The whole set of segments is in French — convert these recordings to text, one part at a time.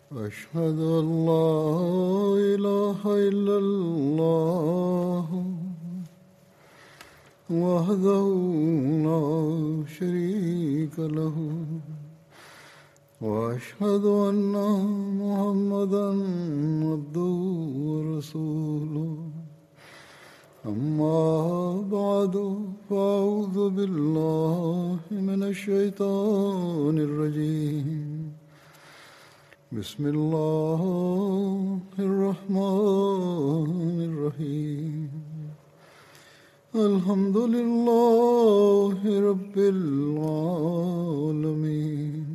أشهد أن لا إله إلا الله وحده لا شريك له وأشهد أن محمدا عبده ورسوله أما بعد فأعوذ بالله من الشيطان الرجيم بسم الله الرحمن الرحيم الحمد لله رب العالمين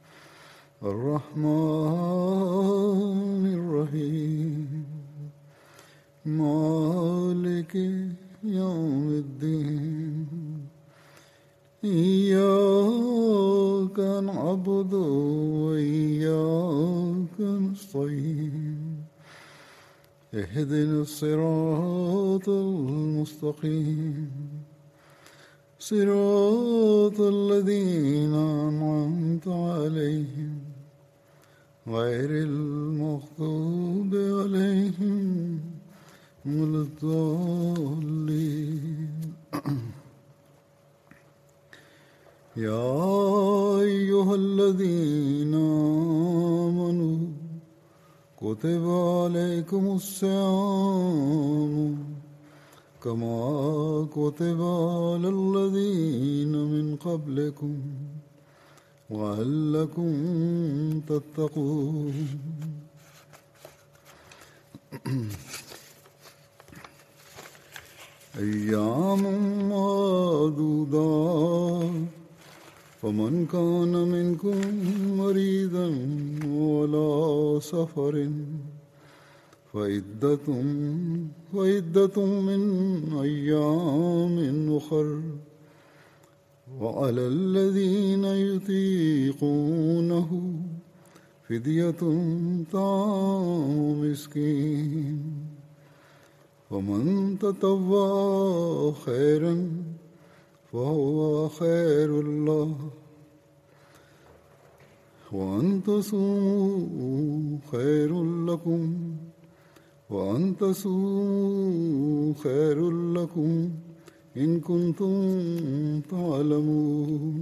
الرحمن الرحيم مالك يوم الدين إياك نعبد وإياك نستعين اهدنا الصراط المستقيم صراط الذين أنعمت عليهم غير المغضوب عليهم ولا الضالين يا أيها الذين آمنوا كتب عليكم الصيام كما كتب على الذين من قبلكم لعلكم تتقون أيام معدودات فمن كان منكم مريضا وعلى سفر فعدة من أيام أخر وعلى الذين يطيقونه فدية طعام مسكين ومن تطوع خيرا فهو خير الله وأن تصوموا خير لكم وأن تصوموا خير لكم إن كنتم تعلمون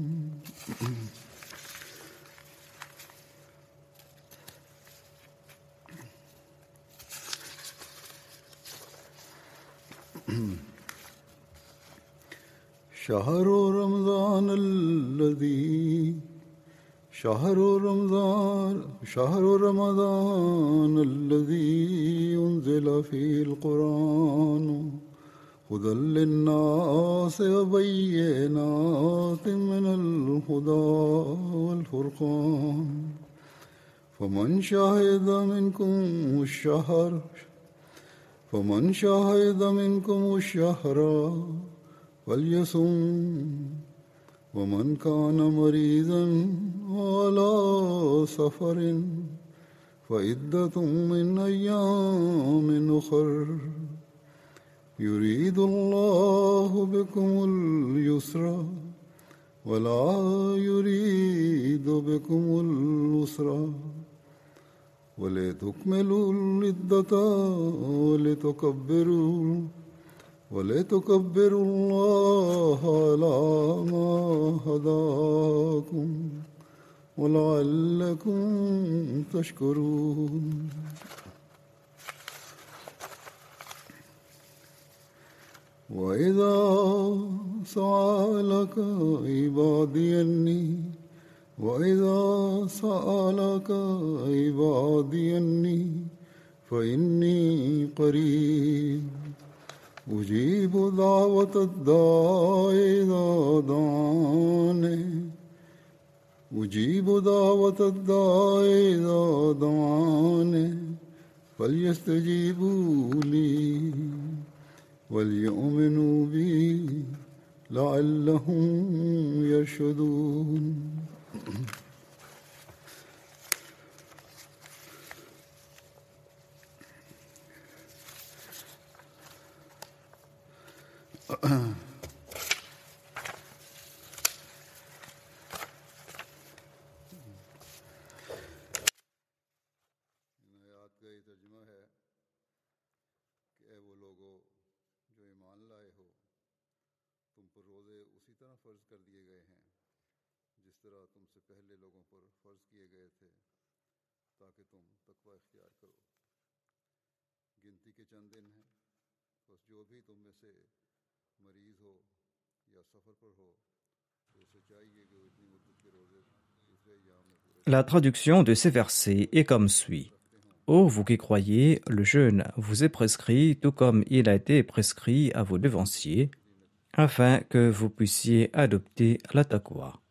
شهر رمضان الذي أنزل فيه القرآن هدى للناس وبينات من الهدى والفرقان فمن شهد منكم الشهر فليصم ومن كان مريضا على سفر فعدة من أيام أخر يريد الله بكم اليسر ولا يريد بكم العسر ولتكملوا العدة ولتكبروا الله على ما هداكم ولعلكم تشكرون وإذا سألك عبادي أني فإني قريب أجيب دعوة الداع إذا دعاني فليستجيبوا لي وليؤمنوا بي لعلهم يرشدون La traduction de ces versets est comme suit. Ô vous qui croyez, le jeûne vous est prescrit tout comme il a été prescrit à vos devanciers, afin que vous puissiez adopter la taqwa.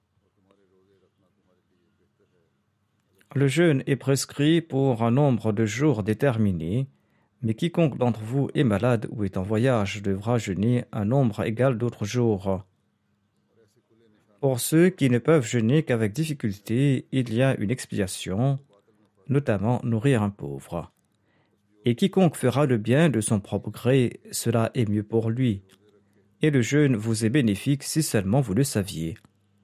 Le jeûne est prescrit pour un nombre de jours déterminé, mais quiconque d'entre vous est malade ou est en voyage devra jeûner un nombre égal d'autres jours. Pour ceux qui ne peuvent jeûner qu'avec difficulté, il y a une expiation, notamment nourrir un pauvre. Et quiconque fera le bien de son propre gré, cela est mieux pour lui. Et le jeûne vous est bénéfique si seulement vous le saviez.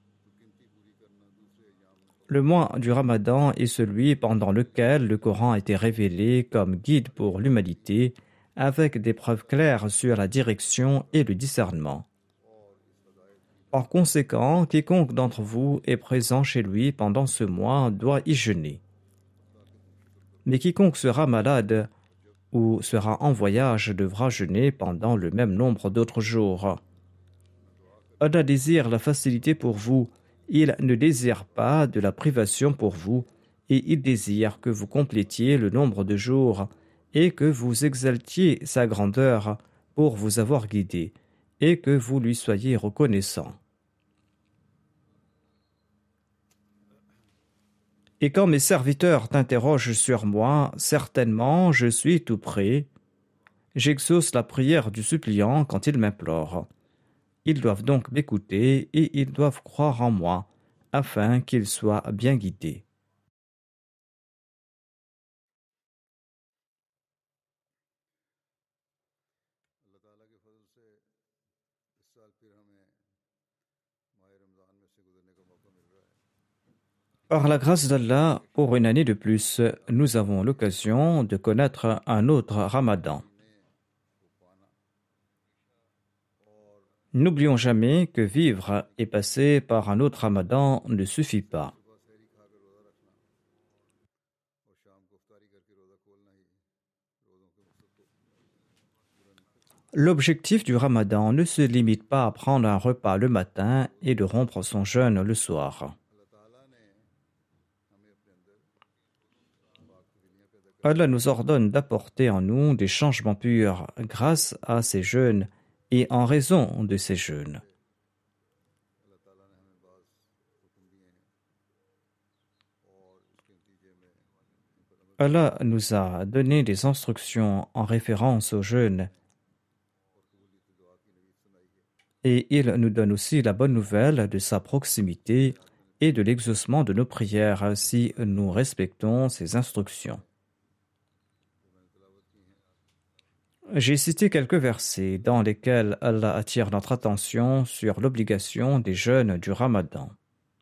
Le mois du Ramadan est celui pendant lequel le Coran a été révélé comme guide pour l'humanité, avec des preuves claires sur la direction et le discernement. Par conséquent, quiconque d'entre vous est présent chez lui pendant ce mois doit y jeûner. Mais quiconque sera malade ou sera en voyage devra jeûner pendant le même nombre d'autres jours. Allah désire la facilité pour vous, il ne désire pas de la privation pour vous, et il désire que vous complétiez le nombre de jours et que vous exaltiez sa grandeur pour vous avoir guidé, et que vous lui soyez reconnaissant. Et quand mes serviteurs t'interrogent sur moi, certainement je suis tout prêt. J'exauce la prière du suppliant quand il m'implore. Ils doivent donc m'écouter et ils doivent croire en moi, afin qu'ils soient bien guidés. Par la grâce d'Allah, pour une année de plus, nous avons l'occasion de connaître un autre Ramadan. N'oublions jamais que vivre et passer par un autre Ramadan ne suffit pas. L'objectif du Ramadan ne se limite pas à prendre un repas le matin et de rompre son jeûne le soir. Allah nous ordonne d'apporter en nous des changements purs grâce à ces jeûnes et en raison de ces jeûnes. Allah nous a donné des instructions en référence au jeûne et il nous donne aussi la bonne nouvelle de sa proximité et de l'exaucement de nos prières si nous respectons ses instructions. J'ai cité quelques versets dans lesquels Allah attire notre attention sur l'obligation des jeûnes du Ramadan.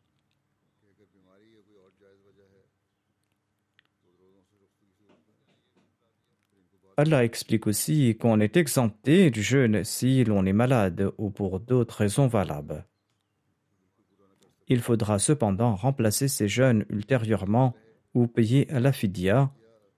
Allah explique aussi qu'on est exempté du jeûne si l'on est malade ou pour d'autres raisons valables. Il faudra cependant remplacer ces jeûnes ultérieurement ou payer la fidya.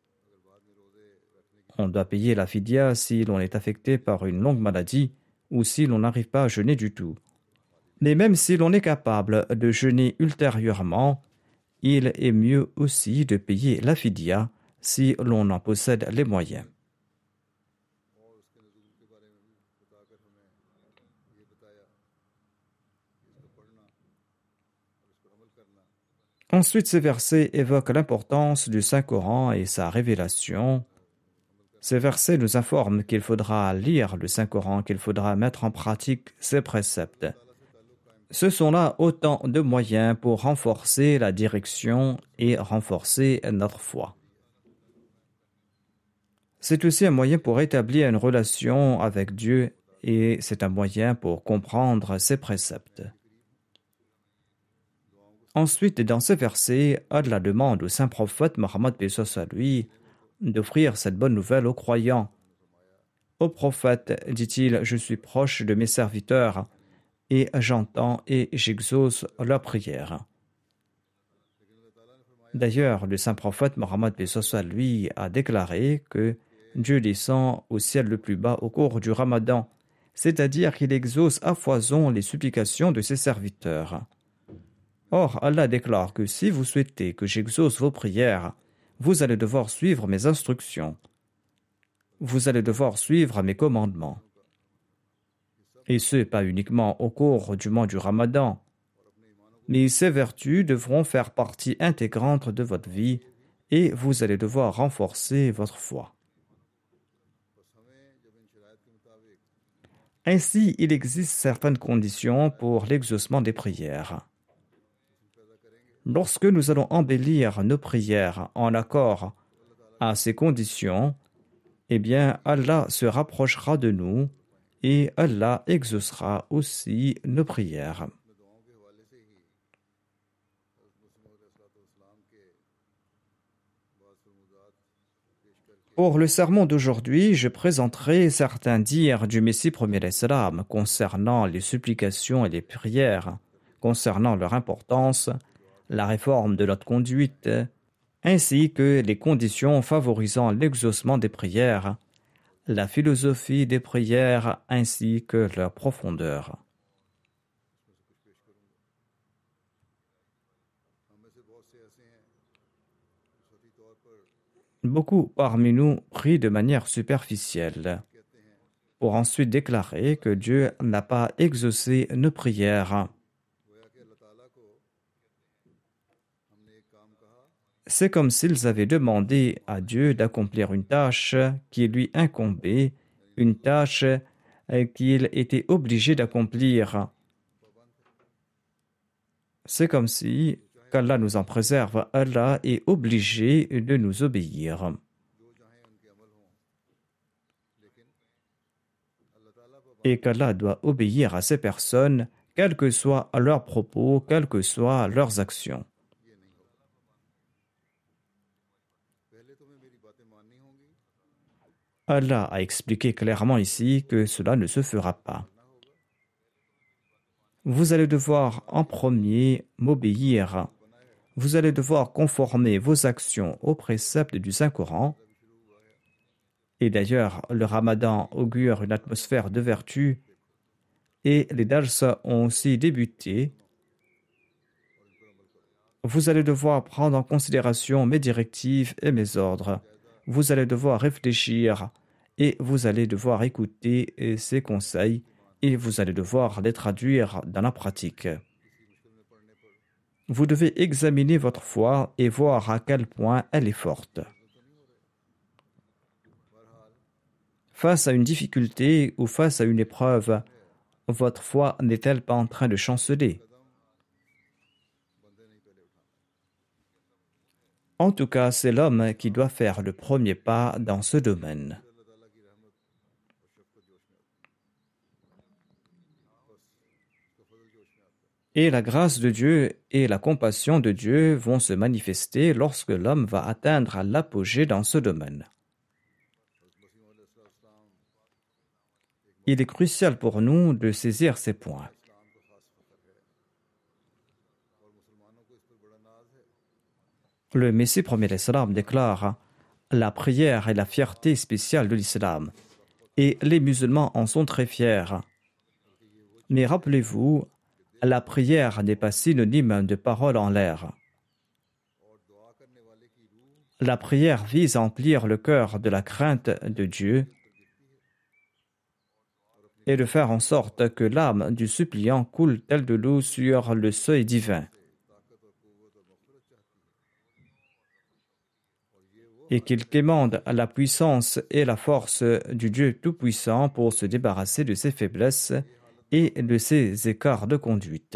On doit payer la fidya si l'on est affecté par une longue maladie ou si l'on n'arrive pas à jeûner du tout. Mais même si l'on est capable de jeûner ultérieurement, il est mieux aussi de payer la fidya si l'on en possède les moyens. Ensuite, ces versets évoquent l'importance du Saint-Coran et sa révélation. Ces versets nous informent qu'il faudra lire le Saint-Coran, qu'il faudra mettre en pratique ses préceptes. Ce sont là autant de moyens pour renforcer la direction et renforcer notre foi. C'est aussi un moyen pour établir une relation avec Dieu et c'est un moyen pour comprendre ses préceptes. Ensuite, dans ces versets, Allah demande au saint prophète Mohammed lui d'offrir cette bonne nouvelle aux croyants. Au prophète, dit-il, je suis proche de mes serviteurs et j'entends et j'exauce leurs prières. D'ailleurs, le saint prophète Mohammed lui a déclaré que Dieu descend au ciel le plus bas au cours du Ramadan, c'est-à-dire qu'il exauce à foison les supplications de ses serviteurs. Or, Allah déclare que si vous souhaitez que j'exauce vos prières, vous allez devoir suivre mes instructions. Vous allez devoir suivre mes commandements. Et ce, pas uniquement au cours du mois du Ramadan, mais ces vertus devront faire partie intégrante de votre vie et vous allez devoir renforcer votre foi. Ainsi, il existe certaines conditions pour l'exaucement des prières. Lorsque nous allons embellir nos prières en accord à ces conditions, eh bien, Allah se rapprochera de nous et Allah exaucera aussi nos prières. Pour le sermon d'aujourd'hui, je présenterai certains dires du Messie premier l'Islam concernant les supplications et les prières, concernant leur importance, la réforme de notre conduite, ainsi que les conditions favorisant l'exaucement des prières, la philosophie des prières ainsi que leur profondeur. Beaucoup parmi nous prient de manière superficielle, pour ensuite déclarer que Dieu n'a pas exaucé nos prières. C'est comme s'ils avaient demandé à Dieu d'accomplir une tâche qui lui incombait, une tâche qu'il était obligé d'accomplir. C'est comme si, qu'Allah nous en préserve, Allah est obligé de nous obéir. Et qu'Allah doit obéir à ces personnes, quels que soient leurs propos, quelles que soient leurs actions. Allah a expliqué clairement ici que cela ne se fera pas. Vous allez devoir en premier m'obéir. Vous allez devoir conformer vos actions aux préceptes du Saint-Coran. Et d'ailleurs, le Ramadan augure une atmosphère de vertu et les dars ont aussi débuté. Vous allez devoir prendre en considération mes directives et mes ordres. Vous allez devoir réfléchir et vous allez devoir écouter ces conseils et vous allez devoir les traduire dans la pratique. Vous devez examiner votre foi et voir à quel point elle est forte. Face à une difficulté ou face à une épreuve, votre foi n'est-elle pas en train de chanceler? En tout cas, c'est l'homme qui doit faire le premier pas dans ce domaine. Et la grâce de Dieu et la compassion de Dieu vont se manifester lorsque l'homme va atteindre l'apogée dans ce domaine. Il est crucial pour nous de saisir ces points. Le Messie premier l'Islam déclare « La prière est la fierté spéciale de l'Islam, et les musulmans en sont très fiers. Mais rappelez-vous, la prière n'est pas synonyme de parole en l'air. La prière vise à emplir le cœur de la crainte de Dieu et de faire en sorte que l'âme du suppliant coule telle de l'eau sur le seuil divin. Et qu'il quémande la puissance et la force du Dieu Tout-Puissant pour se débarrasser de ses faiblesses et de ses écarts de conduite.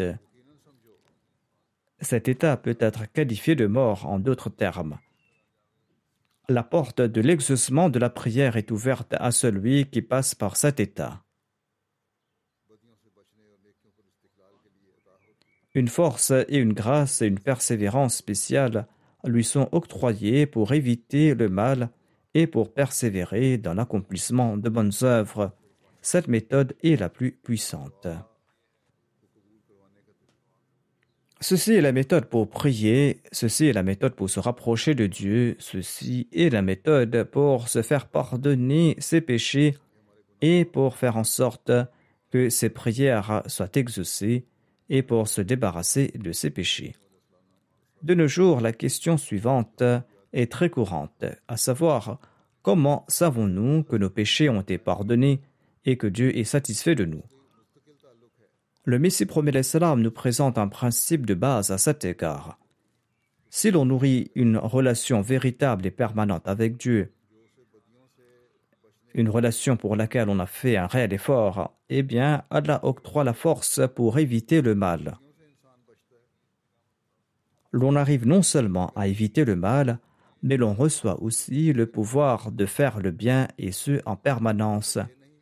Cet état peut être qualifié de mort en d'autres termes. La porte de l'exaucement de la prière est ouverte à celui qui passe par cet état. Une force et une grâce et une persévérance spéciales lui sont octroyées pour éviter le mal et pour persévérer dans l'accomplissement de bonnes œuvres. Cette méthode est la plus puissante. Ceci est la méthode pour prier, ceci est la méthode pour se rapprocher de Dieu, ceci est la méthode pour se faire pardonner ses péchés et pour faire en sorte que ses prières soient exaucées et pour se débarrasser de ses péchés. De nos jours, la question suivante est très courante, à savoir comment savons-nous que nos péchés ont été pardonnés et que Dieu est satisfait de nous? Le Messie promet l'Islam nous présente un principe de base à cet égard. Si l'on nourrit une relation véritable et permanente avec Dieu, une relation pour laquelle on a fait un réel effort, eh bien, Allah octroie la force pour éviter le mal. L'on arrive non seulement à éviter le mal, mais l'on reçoit aussi le pouvoir de faire le bien et ce en permanence.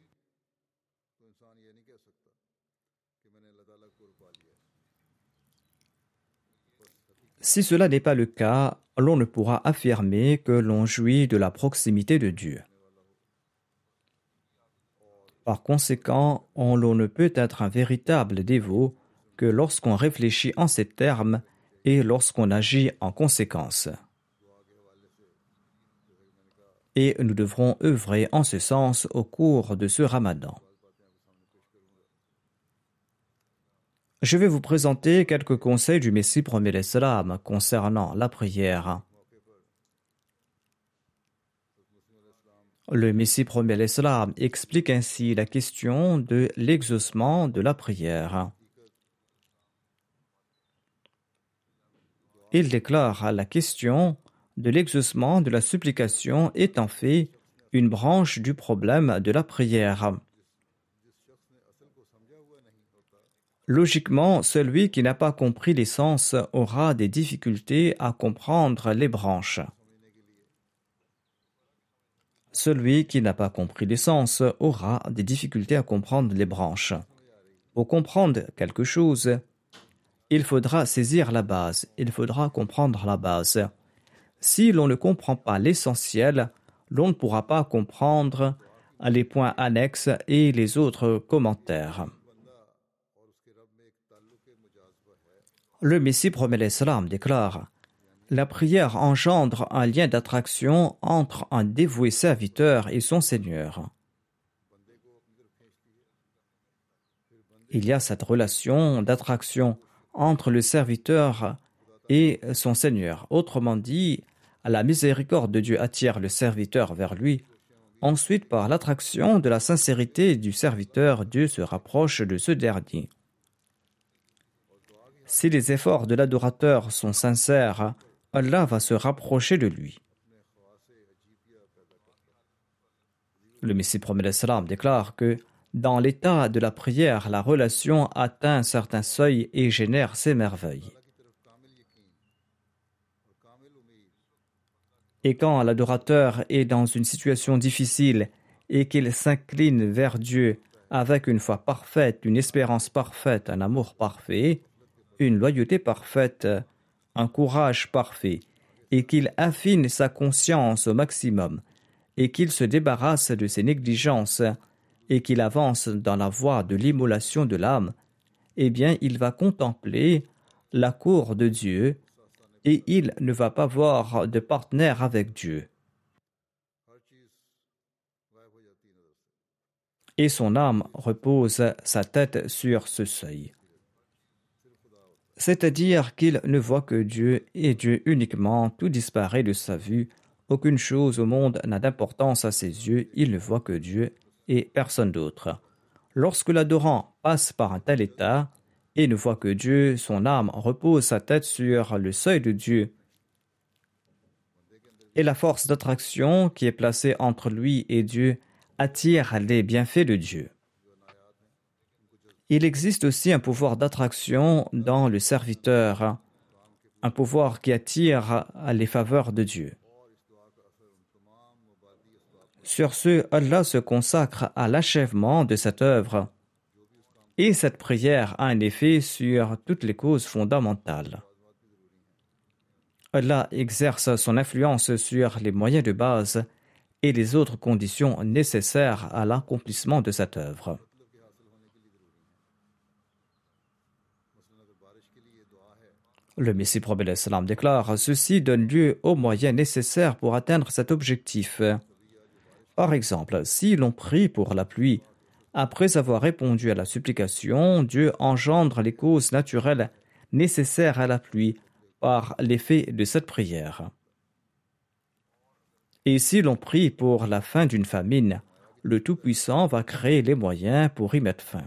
Si cela n'est pas le cas, l'on ne pourra affirmer que l'on jouit de la proximité de Dieu. Par conséquent, l'on ne peut être un véritable dévot que lorsqu'on réfléchit en ces termes et lorsqu'on agit en conséquence. Et nous devrons œuvrer en ce sens au cours de ce Ramadan. Je vais vous présenter quelques conseils du Messie promet l'Islam concernant la prière. Le Messie promet l'Islam explique ainsi la question de l'exaucement de la prière. Il déclare la question de l'exaucement de la supplication est en fait une branche du problème de la prière. Logiquement, celui qui n'a pas compris l'essence aura des difficultés à comprendre les branches. Celui qui n'a pas compris l'essence aura des difficultés à comprendre les branches. Pour comprendre quelque chose, il faudra saisir la base, il faudra comprendre la base. Si l'on ne comprend pas l'essentiel, l'on ne pourra pas comprendre les points annexes et les autres commentaires. Le Messie promet l'Islam déclare « La prière engendre un lien d'attraction entre un dévoué serviteur et son Seigneur. » Il y a cette relation d'attraction entre le serviteur et son Seigneur. Autrement dit, la miséricorde de Dieu attire le serviteur vers lui. Ensuite, par l'attraction de la sincérité du serviteur, Dieu se rapproche de ce dernier. Si les efforts de l'adorateur sont sincères, Allah va se rapprocher de lui. Le Messie promet l'Islam déclare que dans l'état de la prière, la relation atteint un certain seuil et génère ses merveilles. Et quand l'adorateur est dans une situation difficile et qu'il s'incline vers Dieu avec une foi parfaite, une espérance parfaite, un amour parfait, une loyauté parfaite, un courage parfait, et qu'il affine sa conscience au maximum, et qu'il se débarrasse de ses négligences, et qu'il avance dans la voie de l'immolation de l'âme, eh bien il va contempler la cour de Dieu, et il ne va pas voir de partenaire avec Dieu. Et son âme repose sa tête sur ce seuil. C'est-à-dire qu'il ne voit que Dieu et Dieu uniquement, tout disparaît de sa vue, aucune chose au monde n'a d'importance à ses yeux, il ne voit que Dieu et personne d'autre. Lorsque l'adorant passe par un tel état et ne voit que Dieu, son âme repose sa tête sur le seuil de Dieu. Et la force d'attraction qui est placée entre lui et Dieu attire les bienfaits de Dieu. Il existe aussi un pouvoir d'attraction dans le serviteur, un pouvoir qui attire les faveurs de Dieu. Sur ce, Allah se consacre à l'achèvement de cette œuvre, et cette prière a un effet sur toutes les causes fondamentales. Allah exerce son influence sur les moyens de base, et les autres conditions nécessaires à l'accomplissement de cette œuvre. Le Messie prophète l'Islam déclare: ceci donne lieu aux moyens nécessaires pour atteindre cet objectif. Par exemple, si l'on prie pour la pluie, après avoir répondu à la supplication, Dieu engendre les causes naturelles nécessaires à la pluie par l'effet de cette prière. Et si l'on prie pour la fin d'une famine, le Tout-Puissant va créer les moyens pour y mettre fin.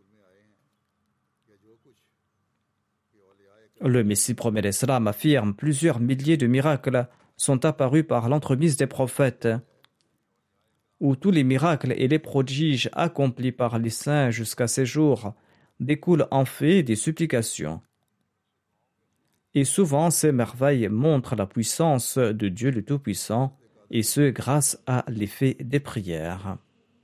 Le Messie prophète l'Islam affirme: plusieurs milliers de miracles sont apparus par l'entremise des prophètes, où tous les miracles et les prodiges accomplis par les saints jusqu'à ces jours découlent en fait des supplications. Et souvent, ces merveilles montrent la puissance de Dieu le Tout-Puissant, et ce grâce à l'effet des prières.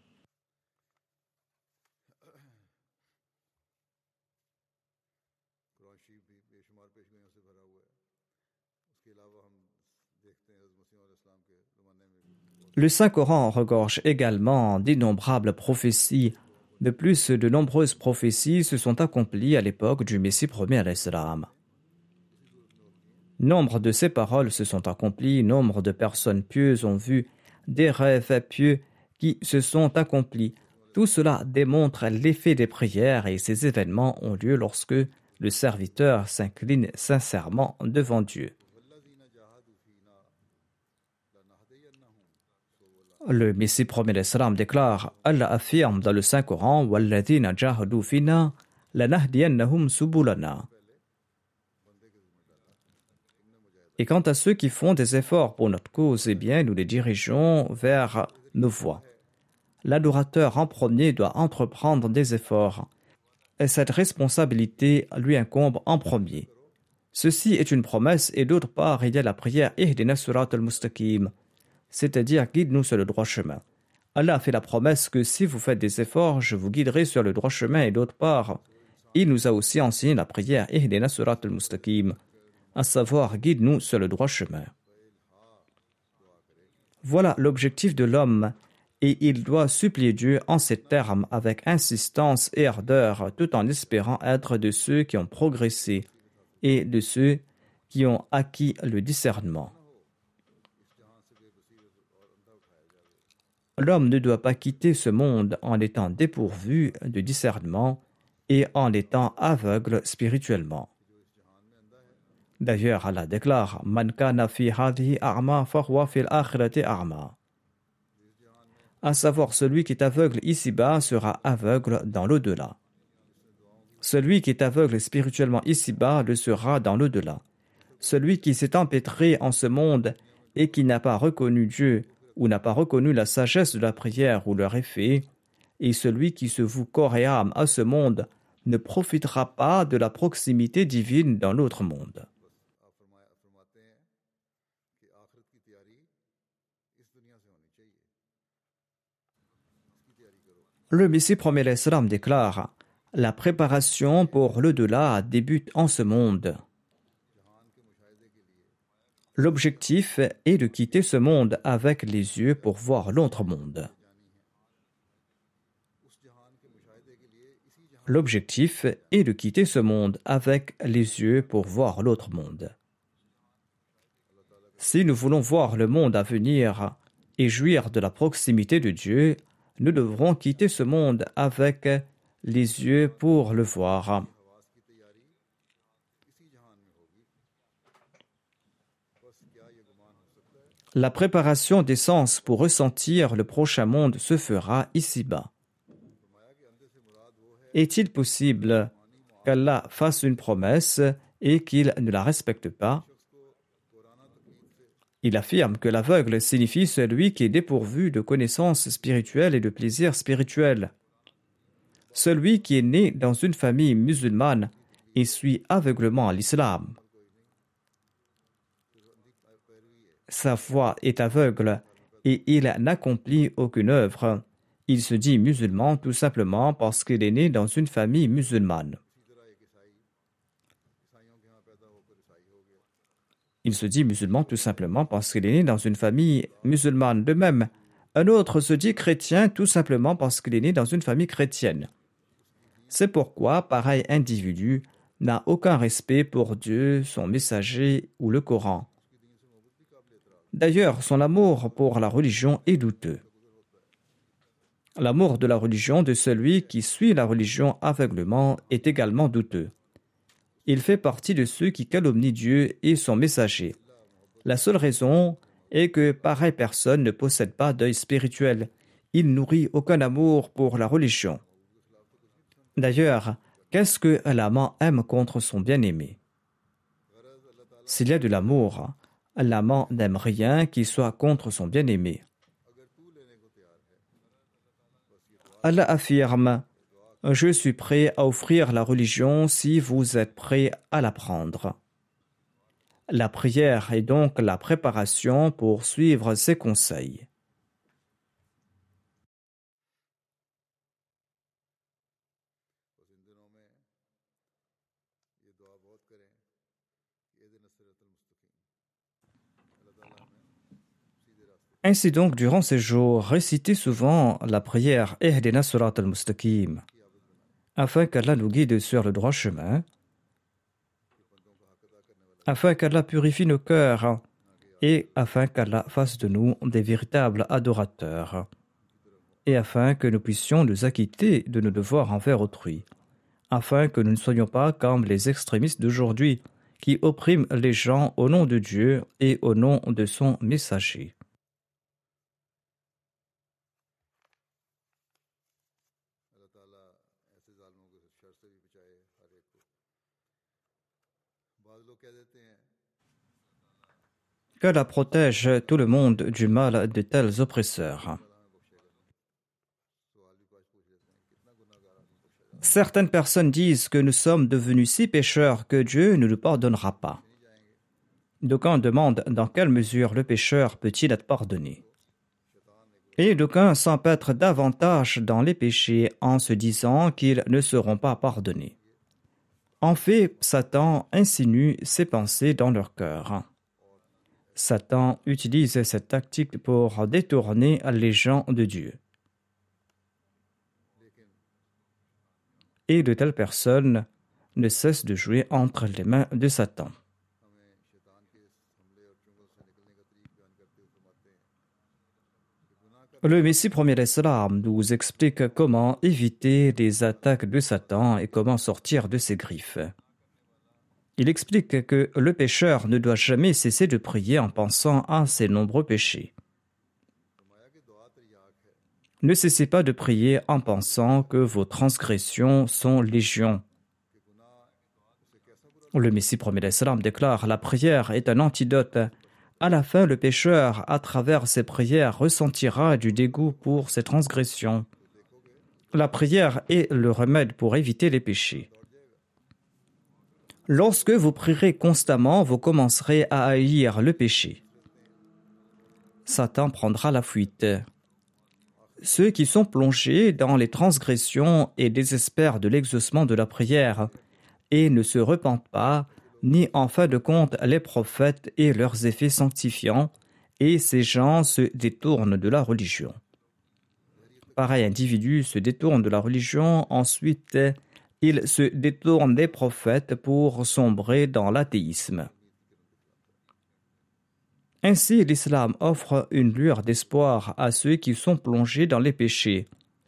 Le Saint-Coran regorge également d'innombrables prophéties. De plus, de nombreuses prophéties se sont accomplies à l'époque du Messie premier à l'Islam. Nombre de ces paroles se sont accomplies, nombre de personnes pieuses ont vu des rêves pieux qui se sont accomplis. Tout cela démontre l'effet des prières et ces événements ont lieu lorsque le serviteur s'incline sincèrement devant Dieu. Le Messie prophète l'Islam déclare: Allah affirme dans le Saint-Coran: Walladhina jahadu fina lanahdiyannahum subulana. Et quant à ceux qui font des efforts pour notre cause, eh bien, nous les dirigeons vers nos voies. L'adorateur en premier doit entreprendre des efforts, et cette responsabilité lui incombe en premier. Ceci est une promesse, et d'autre part, il y a la prière Ihdina surat al-Mustaqim, c'est-à-dire guide-nous sur le droit chemin. Allah a fait la promesse que si vous faites des efforts, je vous guiderai sur le droit chemin, et d'autre part, il nous a aussi enseigné la prière Ihdina surat al-Mustaqim, à savoir guide-nous sur le droit chemin. Voilà l'objectif de l'homme, et il doit supplier Dieu en ces termes avec insistance et ardeur, tout en espérant être de ceux qui ont progressé et de ceux qui ont acquis le discernement. L'homme ne doit pas quitter ce monde en étant dépourvu de discernement et en étant aveugle spirituellement. D'ailleurs, Allah déclare: Man kana fi hadhihi a'ma fahuwa fil akhirati a'ma. À savoir, celui qui est aveugle ici-bas sera aveugle dans l'au-delà. Celui qui est aveugle spirituellement ici-bas le sera dans l'au-delà. Celui qui s'est empêtré en ce monde et qui n'a pas reconnu Dieu ou n'a pas reconnu la sagesse de la prière ou leur effet, et celui qui se voue corps et âme à ce monde ne profitera pas de la proximité divine dans l'autre monde. Le Messie prophète l'Islam déclare: la préparation pour l'au-delà débute en ce monde. L'objectif est de quitter ce monde avec les yeux pour voir l'autre monde. L'objectif est de quitter ce monde avec les yeux pour voir l'autre monde. Si nous voulons voir le monde à venir et jouir de la proximité de Dieu, nous devrons quitter ce monde avec les yeux pour le voir. La préparation des sens pour ressentir le prochain monde se fera ici-bas. Est-il possible qu'Allah fasse une promesse et qu'il ne la respecte pas? Il affirme que l'aveugle signifie celui qui est dépourvu de connaissances spirituelles et de plaisirs spirituels. Celui qui est né dans une famille musulmane et suit aveuglement l'islam. Sa foi est aveugle et il n'accomplit aucune œuvre. Il se dit musulman tout simplement parce qu'il est né dans une famille musulmane. Il se dit musulman tout simplement parce qu'il est né dans une famille musulmane. De même, Un autre se dit chrétien tout simplement parce qu'il est né dans une famille chrétienne. C'est pourquoi pareil individu n'a aucun respect pour Dieu, son messager ou le Coran. D'ailleurs, son amour pour la religion est douteux. L'amour de la religion de celui qui suit la religion aveuglément est également douteux. Il fait partie de ceux qui calomnient Dieu et son messager. La seule raison est que pareille personne ne possède pas d'œil spirituel. Il nourrit aucun amour pour la religion. D'ailleurs, qu'est-ce que l'amant aime contre son bien-aimé? S'il y a de l'amour, l'amant n'aime rien qui soit contre son bien-aimé. Allah affirme « Je suis prêt à offrir la religion si vous êtes prêts à la prendre. » La prière est donc la préparation pour suivre ses conseils. Ainsi donc, durant ces jours, récitez souvent la prière « Ihdina surat al-mustaqim » afin qu'Allah nous guide sur le droit chemin, afin qu'Allah purifie nos cœurs et afin qu'Allah fasse de nous des véritables adorateurs et afin que nous puissions nous acquitter de nos devoirs envers autrui, afin que nous ne soyons pas comme les extrémistes d'aujourd'hui qui oppriment les gens au nom de Dieu et au nom de son messager. Qu'Allah protège tout le monde du mal de tels oppresseurs. Certaines personnes disent que nous sommes devenus si pécheurs que Dieu ne nous pardonnera pas. D'aucuns demandent dans quelle mesure le pécheur peut-il être pardonné. Et d'aucuns s'empêtrent davantage dans les péchés en se disant qu'ils ne seront pas pardonnés. En fait, Satan insinue ses pensées dans leur cœur. Satan utilise cette tactique pour détourner les gens de Dieu. Et de telles personnes ne cessent de jouer entre les mains de Satan. Le Messie premier l'Islam nous explique comment éviter les attaques de Satan et comment sortir de ses griffes. Il explique que le pécheur ne doit jamais cesser de prier en pensant à ses nombreux péchés. Ne cessez pas de prier en pensant que vos transgressions sont légion. Le Messie premier l'Islam déclare « La prière est un antidote. À la fin, le pécheur, à travers ses prières, ressentira du dégoût pour ses transgressions. La prière est le remède pour éviter les péchés. Lorsque vous prierez constamment, vous commencerez à haïr le péché. Satan prendra la fuite. Ceux qui sont plongés dans les transgressions et désespèrent de l'exaucement de la prière et ne se repentent pas, ni en fin de compte les prophètes et leurs effets sanctifiants, et ces gens se détournent de la religion. Pareil individu se détourne de la religion, ensuite il se détourne des prophètes pour sombrer dans l'athéisme. Ainsi, l'islam offre une lueur d'espoir à ceux qui sont plongés dans les péchés.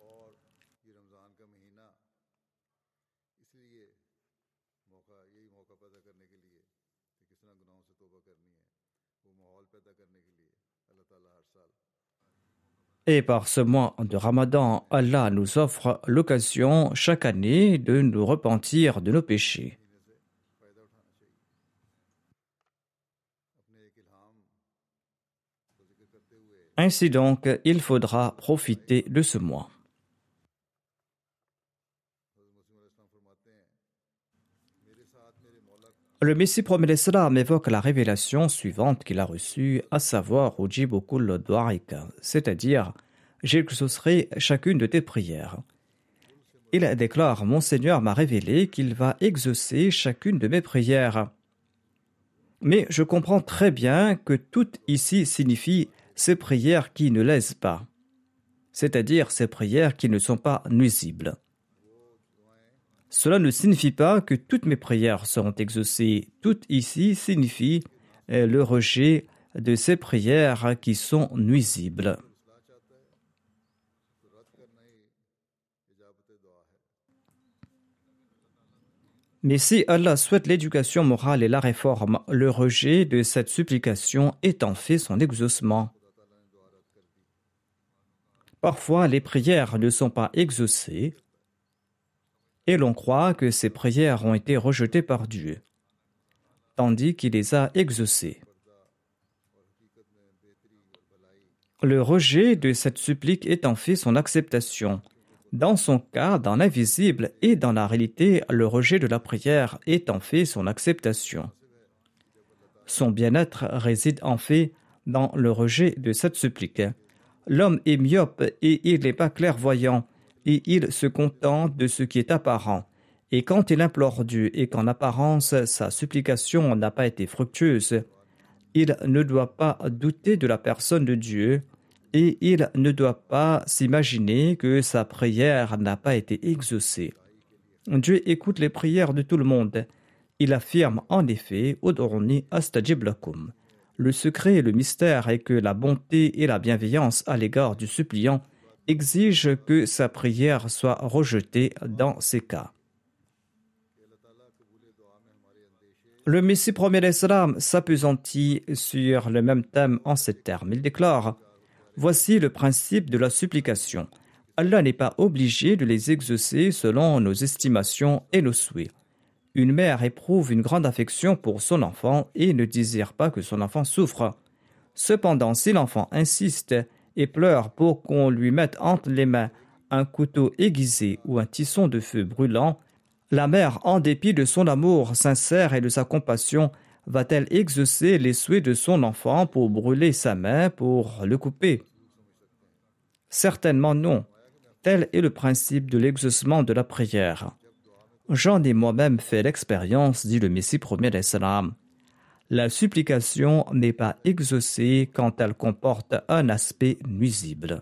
Et par ce mois de Ramadan, Allah nous offre l'occasion chaque année de nous repentir de nos péchés. Ainsi donc, il faudra profiter de ce mois. Le Messie promet l'Islam évoque la révélation suivante qu'il a reçue, à savoir Ujibu kullu du'aika, c'est-à-dire j'exaucerai chacune de tes prières. Il déclare Mon Seigneur m'a révélé qu'il va exaucer chacune de mes prières. Mais je comprends très bien que tout ici signifie ces prières qui ne lèsent pas. c'est-à-dire ces prières qui ne sont pas nuisibles. Cela ne signifie pas que toutes mes prières seront exaucées. Tout ici signifie le rejet de ces prières qui sont nuisibles. Mais si Allah souhaite l'éducation morale et la réforme, le rejet de cette supplication est en fait son exaucement. Parfois, les prières ne sont pas exaucées et l'on croit que ces prières ont été rejetées par Dieu, tandis qu'il les a exaucées. Le rejet de cette supplique est en fait son acceptation. Dans son cas, dans l'invisible et dans la réalité, le rejet de la prière est en fait son acceptation. Son bien-être réside en fait dans le rejet de cette supplique. L'homme est myope et il n'est pas clairvoyant, et il se contente de ce qui est apparent. Et quand il implore Dieu et qu'en apparence sa supplication n'a pas été fructueuse, il ne doit pas douter de la personne de Dieu et il ne doit pas s'imaginer que sa prière n'a pas été exaucée. Dieu écoute les prières de tout le monde. Il affirme en effet « Ud'uni astajib lakum ». Le secret et le mystère est que la bonté et la bienveillance à l'égard du suppliant exigent que sa prière soit rejetée dans ces cas. Le Messie premier l'Islam s'appesantit sur le même thème en ces termes. Il déclare « Voici le principe de la supplication. Allah n'est pas obligé de les exaucer selon nos estimations et nos souhaits. Une mère éprouve une grande affection pour son enfant et ne désire pas que son enfant souffre. Cependant, si l'enfant insiste et pleure pour qu'on lui mette entre les mains un couteau aiguisé ou un tisson de feu brûlant, la mère, en dépit de son amour sincère et de sa compassion, va-t-elle exaucer les souhaits de son enfant pour brûler sa main, pour le couper? Certainement non. Tel est le principe de l'exaucement de la prière. J'en ai moi-même fait l'expérience, dit le Messie premier d'Islam. La supplication n'est pas exaucée quand elle comporte un aspect nuisible.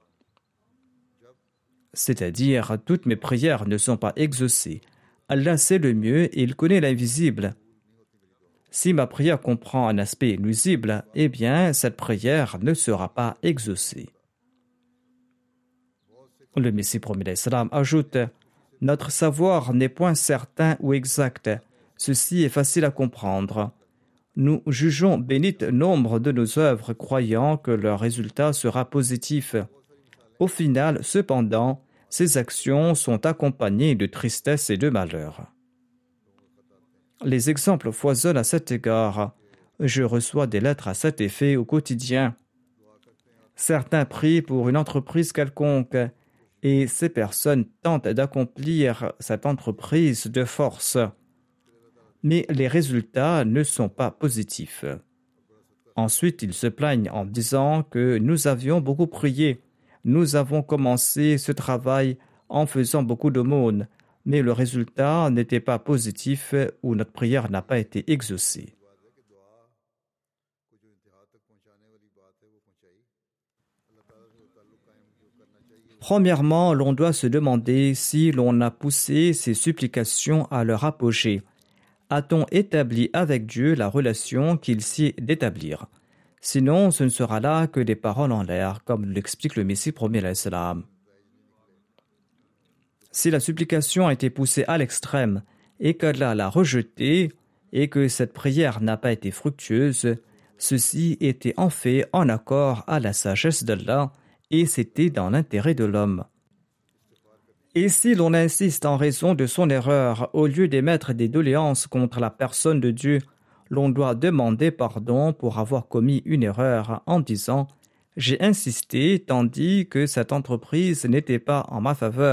C'est-à-dire, toutes mes prières ne sont pas exaucées. Allah sait le mieux et il connaît l'invisible. Si ma prière comprend un aspect nuisible, eh bien, cette prière ne sera pas exaucée. Le Messie premier d'Islam ajoute « Notre savoir n'est point certain ou exact. Ceci est facile à comprendre. Nous jugeons bénite nombre de nos œuvres croyant que leur résultat sera positif. Au final, cependant, ces actions sont accompagnées de tristesse et de malheur. » Les exemples foisonnent à cet égard. Je reçois des lettres à cet effet au quotidien. Certains prient pour une entreprise quelconque et ces personnes tentent d'accomplir cette entreprise de force. Mais les résultats ne sont pas positifs. Ensuite, ils se plaignent en disant que nous avions beaucoup prié. Nous avons commencé ce travail en faisant beaucoup d'aumônes, mais le résultat n'était pas positif ou notre prière n'a pas été exaucée. Premièrement, l'on doit se demander si l'on a poussé ces supplications à leur apogée. A-t-on établi avec Dieu la relation qu'il s'y est d'établir? Sinon, ce ne sera là que des paroles en l'air, comme l'explique le Messie premier l'Islam. Si la supplication a été poussée à l'extrême et qu'Allah l'a rejetée et que cette prière n'a pas été fructueuse, ceci était en fait en accord à la sagesse d'Allah et c'était dans l'intérêt de l'homme. Et si l'on insiste en raison de son erreur, au lieu d'émettre des doléances contre la personne de Dieu, l'on doit demander pardon pour avoir commis une erreur en disant « J'ai insisté tandis que cette entreprise n'était pas en ma faveur. »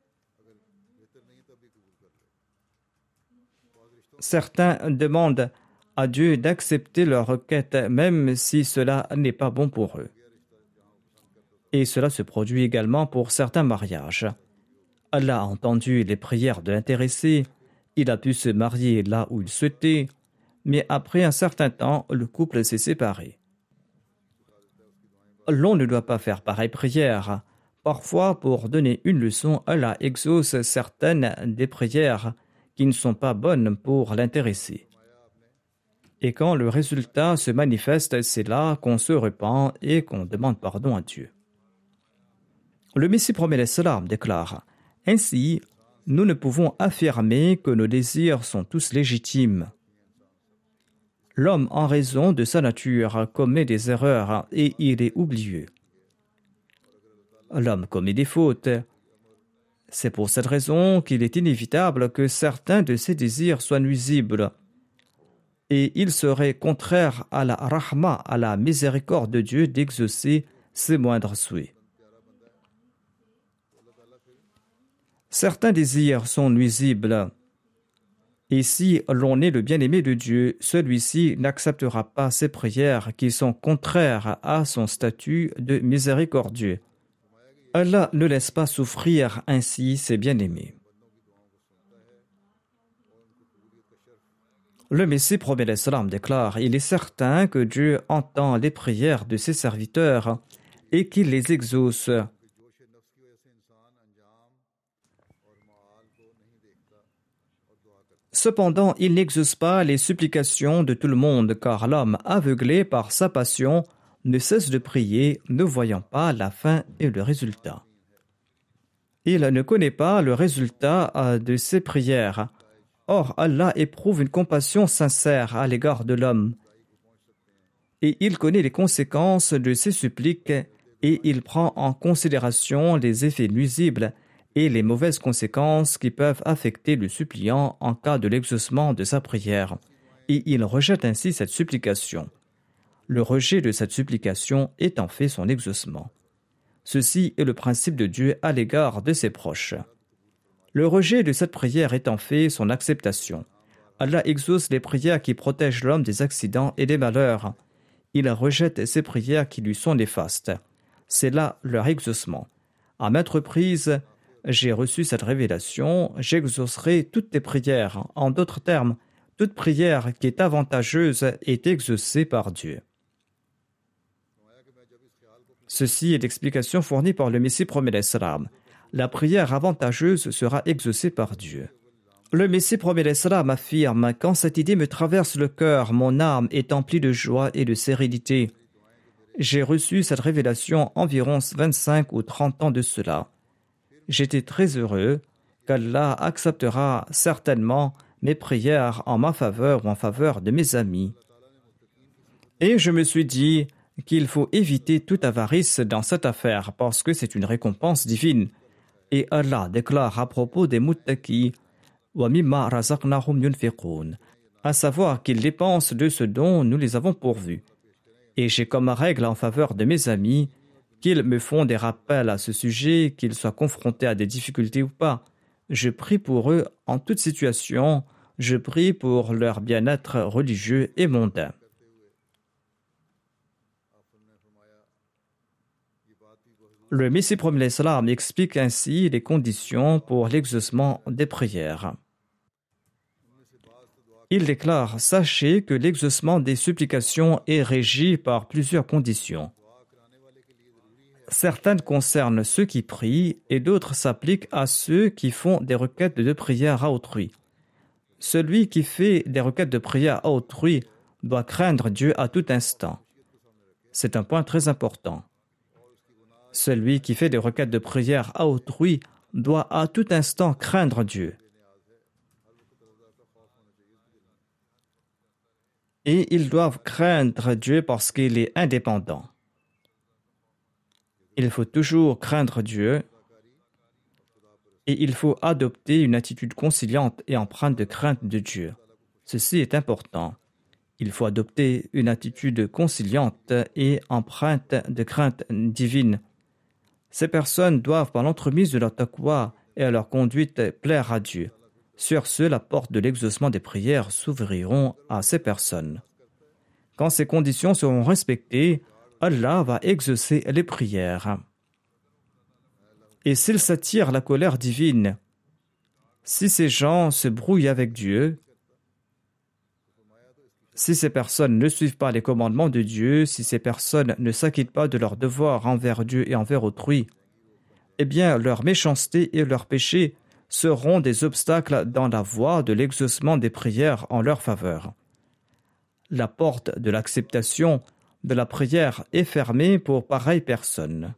Certains demandent à Dieu d'accepter leur requête même si cela n'est pas bon pour eux. Et cela se produit également pour certains mariages. Allah a entendu les prières de l'intéressé, il a pu se marier là où il souhaitait, mais après un certain temps, le couple s'est séparé. l'on ne doit pas faire pareille prière. Parfois, pour donner une leçon, Allah exauce certaines des prières qui ne sont pas bonnes pour l'intéressé. Et quand le résultat se manifeste, c'est là qu'on se repent et qu'on demande pardon à Dieu. Le Messie promet salam déclare « Ainsi, nous ne pouvons affirmer que nos désirs sont tous légitimes. L'homme, en raison de sa nature, commet des erreurs et il est oublieux. L'homme commet des fautes. C'est pour cette raison qu'il est inévitable que certains de ses désirs soient nuisibles. Et il serait contraire à la rahma, à la miséricorde de Dieu, d'exaucer ses moindres souhaits. Certains désirs sont nuisibles. Et si l'on est le bien-aimé de Dieu, celui-ci n'acceptera pas ses prières qui sont contraires à son statut de miséricordieux. Allah ne laisse pas souffrir ainsi ses bien-aimés. Le Messie promet l'Islam déclare « Il est certain que Dieu entend les prières de ses serviteurs et qu'il les exauce. » Cependant, il n'exauce pas les supplications de tout le monde, car l'homme aveuglé par sa passion ne cesse de prier, ne voyant pas la fin et le résultat. Il ne connaît pas le résultat de ses prières. Or, Allah éprouve une compassion sincère à l'égard de l'homme. Et il connaît les conséquences de ses suppliques et il prend en considération les effets nuisibles et les mauvaises conséquences qui peuvent affecter le suppliant en cas de l'exaucement de sa prière. Et il rejette ainsi cette supplication. Le rejet de cette supplication est en fait son exaucement. Ceci est le principe de Dieu à l'égard de ses proches. Le rejet de cette prière est en fait son acceptation. Allah exauce les prières qui protègent l'homme des accidents et des malheurs. Il rejette ces prières qui lui sont néfastes. C'est là leur exaucement. À maintes reprises, j'ai reçu cette révélation, j'exaucerai toutes tes prières. En d'autres termes, toute prière qui est avantageuse est exaucée par Dieu. Ceci est l'explication fournie par le Messie promet l'Islam. La prière avantageuse sera exaucée par Dieu. Le Messie promet l'Islam affirme « Quand cette idée me traverse le cœur, mon âme est emplie de joie et de sérénité. J'ai reçu cette révélation environ 25 ou 30 ans de cela. J'étais très heureux qu'Allah acceptera certainement mes prières en ma faveur ou en faveur de mes amis. Et je me suis dit qu'il faut éviter toute avarice dans cette affaire parce que c'est une récompense divine. Et Allah déclare à propos des muttaqis wa mimma razaqnahum yunfiqun, à savoir qu'ils dépensent de ce dont nous les avons pourvus. Et j'ai comme règle en faveur de mes amis qu'ils me font des rappels à ce sujet, qu'ils soient confrontés à des difficultés ou pas. Je prie pour eux en toute situation, je prie pour leur bien-être religieux et mondain. Le Messie promet l'Islam explique ainsi les conditions pour l'exaucement des prières. Il déclare « Sachez que l'exaucement des supplications est régi par plusieurs conditions. Certaines concernent ceux qui prient et d'autres s'appliquent à ceux qui font des requêtes de prière à autrui. Celui qui fait des requêtes de prière à autrui doit craindre Dieu à tout instant. C'est un point très important. Celui qui fait des requêtes de prière à autrui doit à tout instant craindre Dieu. Et ils doivent craindre Dieu parce qu'il est indépendant. Il faut toujours craindre Dieu et il faut adopter une attitude conciliante et empreinte de crainte de Dieu. Ceci est important. Il faut adopter une attitude conciliante et empreinte de crainte divine. Ces personnes doivent, par l'entremise de leur taqwa et à leur conduite, plaire à Dieu. Sur ce, la porte de l'exaucement des prières s'ouvriront à ces personnes. Quand ces conditions seront respectées, Allah va exaucer les prières. Et s'il s'attire la colère divine, si ces gens se brouillent avec Dieu, Si ces personnes ne suivent pas les commandements de Dieu, si ces personnes ne s'acquittent pas de leurs devoirs envers Dieu et envers autrui, eh bien leur méchanceté et leurs péchés seront des obstacles dans la voie de l'exaucement des prières en leur faveur. La porte de l'acceptation de la prière est fermée pour pareilles personnes.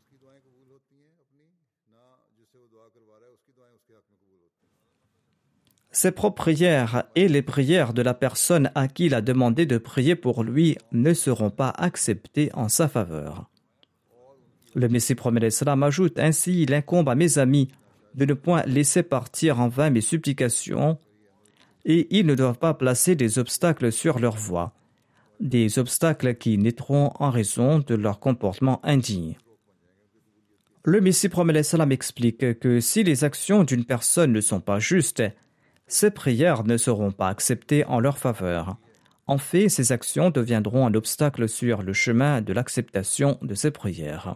Ses propres prières et les prières de la personne à qui il a demandé de prier pour lui ne seront pas acceptées en sa faveur. Le Messie promet l'Islam ajoute ainsi: il incombe à mes amis de ne point laisser partir en vain mes supplications, et ils ne doivent pas placer des obstacles sur leur voie, des obstacles qui naîtront en raison de leur comportement indigne. Le Messie promet l'Islam explique que si les actions d'une personne ne sont pas justes, ces prières ne seront pas acceptées en leur faveur. En fait, ces actions deviendront un obstacle sur le chemin de l'acceptation de ces prières.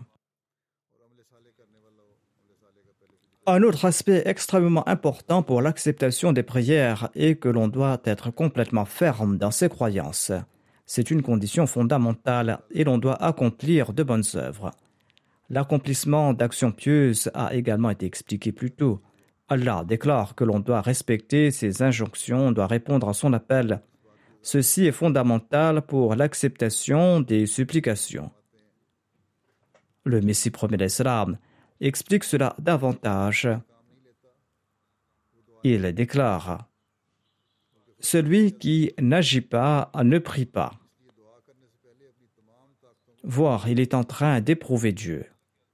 Un autre aspect extrêmement important pour l'acceptation des prières est que l'on doit être complètement ferme dans ses croyances. C'est une condition fondamentale et l'on doit accomplir de bonnes œuvres. L'accomplissement d'actions pieuses a également été expliqué plus tôt. Allah déclare que l'on doit respecter ses injonctions, doit répondre à son appel. Ceci est fondamental pour l'acceptation des supplications. Le Messie promet l'Islam explique cela davantage. Il déclare: celui qui n'agit pas ne prie pas. Voire, il est en train d'éprouver Dieu.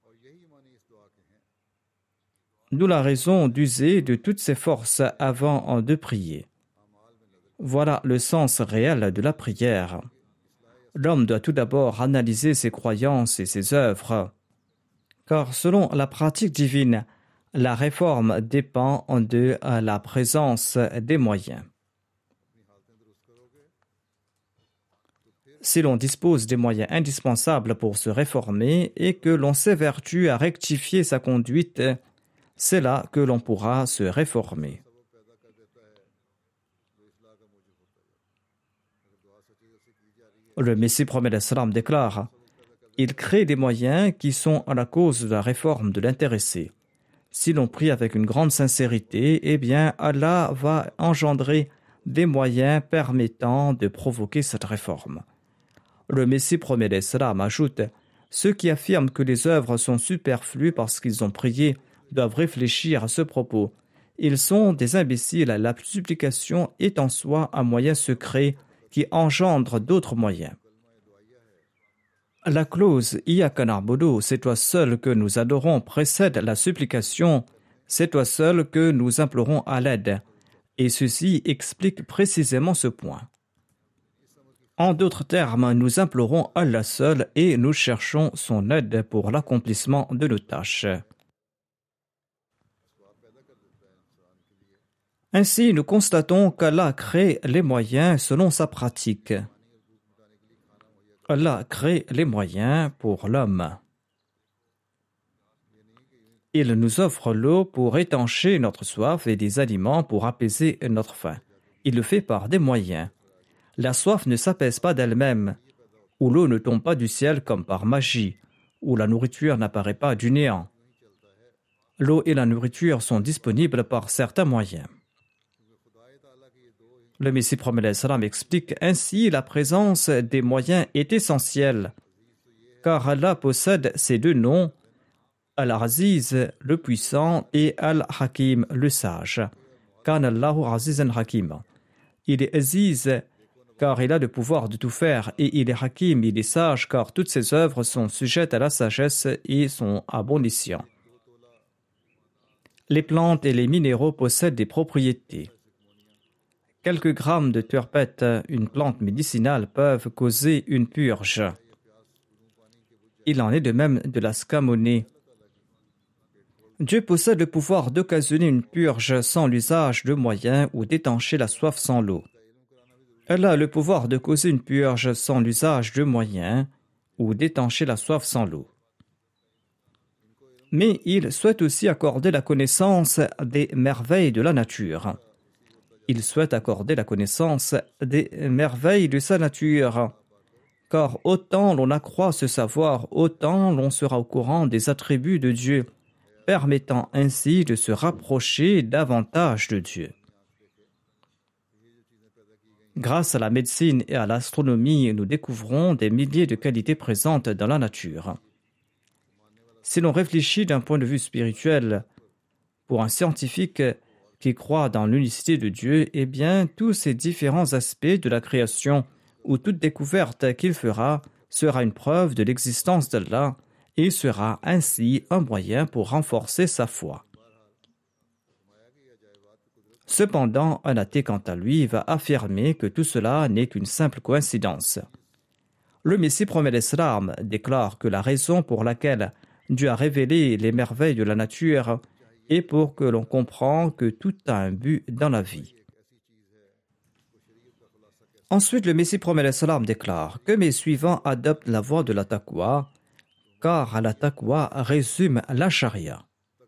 D'où la raison d'user de toutes ses forces avant de prier. Voilà le sens réel de la prière. L'homme doit tout d'abord analyser ses croyances et ses œuvres, car selon la pratique divine, la réforme dépend de la présence des moyens. Si l'on dispose des moyens indispensables pour se réformer et que l'on s'évertue à rectifier sa conduite, c'est là que l'on pourra se réformer. Le Messie promet l'Islam déclare: il crée des moyens qui sont à la cause de la réforme de l'intéressé. Si l'on prie avec une grande sincérité, eh bien Allah va engendrer des moyens permettant de provoquer cette réforme. Le Messie promet l'Islam ajoute: ceux qui affirment que les œuvres sont superflues parce qu'ils ont prié doivent réfléchir à ce propos. Ils sont des imbéciles. La supplication est en soi un moyen secret qui engendre d'autres moyens. La clause Iyyaka na'budu, c'est toi seul que nous adorons, précède la supplication, c'est toi seul que nous implorons à l'aide. Et ceci explique précisément ce point. En d'autres termes, nous implorons Allah seul et nous cherchons son aide pour l'accomplissement de nos tâches. Ainsi, nous constatons qu'Allah crée les moyens selon sa pratique. Allah crée les moyens pour l'homme. Il nous offre l'eau pour étancher notre soif et des aliments pour apaiser notre faim. Il le fait par des moyens. La soif ne s'apaise pas d'elle-même, ou l'eau ne tombe pas du ciel comme par magie, ou la nourriture n'apparaît pas du néant. L'eau et la nourriture sont disponibles par certains moyens. Le Messie promet l'Islam explique ainsi: la présence des moyens est essentielle, car Allah possède ces deux noms, Al-Aziz, le puissant, et Al-Hakim, le sage. Kan Allahu Azizan Hakim. Il est Aziz, car il a le pouvoir de tout faire, et il est Hakim, il est sage, car toutes ses œuvres sont sujettes à la sagesse et sont à bon escient. Les plantes et les minéraux possèdent des propriétés. Quelques grammes de turpette, une plante médicinale, peuvent causer une purge. Il en est de même de la scamonée. Dieu possède le pouvoir d'occasionner une purge sans l'usage de moyens ou d'étancher la soif sans l'eau. Elle a le pouvoir de causer une purge sans l'usage de moyens ou d'étancher la soif sans l'eau. Mais il souhaite aussi accorder la connaissance des merveilles de la nature. il souhaite accorder la connaissance des merveilles de sa nature. Car autant l'on accroît ce savoir, autant l'on sera au courant des attributs de Dieu, permettant ainsi de se rapprocher davantage de Dieu. Grâce à la médecine et à l'astronomie, nous découvrons des milliers de qualités présentes dans la nature. Si l'on réfléchit d'un point de vue spirituel, pour un scientifique qui croit dans l'unicité de Dieu, eh bien, tous ces différents aspects de la création ou toute découverte qu'il fera sera une preuve de l'existence d'Allah et sera ainsi un moyen pour renforcer sa foi. Cependant, un athée, quant à lui, va affirmer que tout cela n'est qu'une simple coïncidence. Le Messie promet l'Islam déclare que la raison pour laquelle Dieu a révélé les merveilles de la nature est pour que l'on comprend que tout a un but dans la vie. Ensuite, le Messie promet l'Islam déclare que mes suivants adoptent la voie de la taqwa, car la taqwa résume la charia.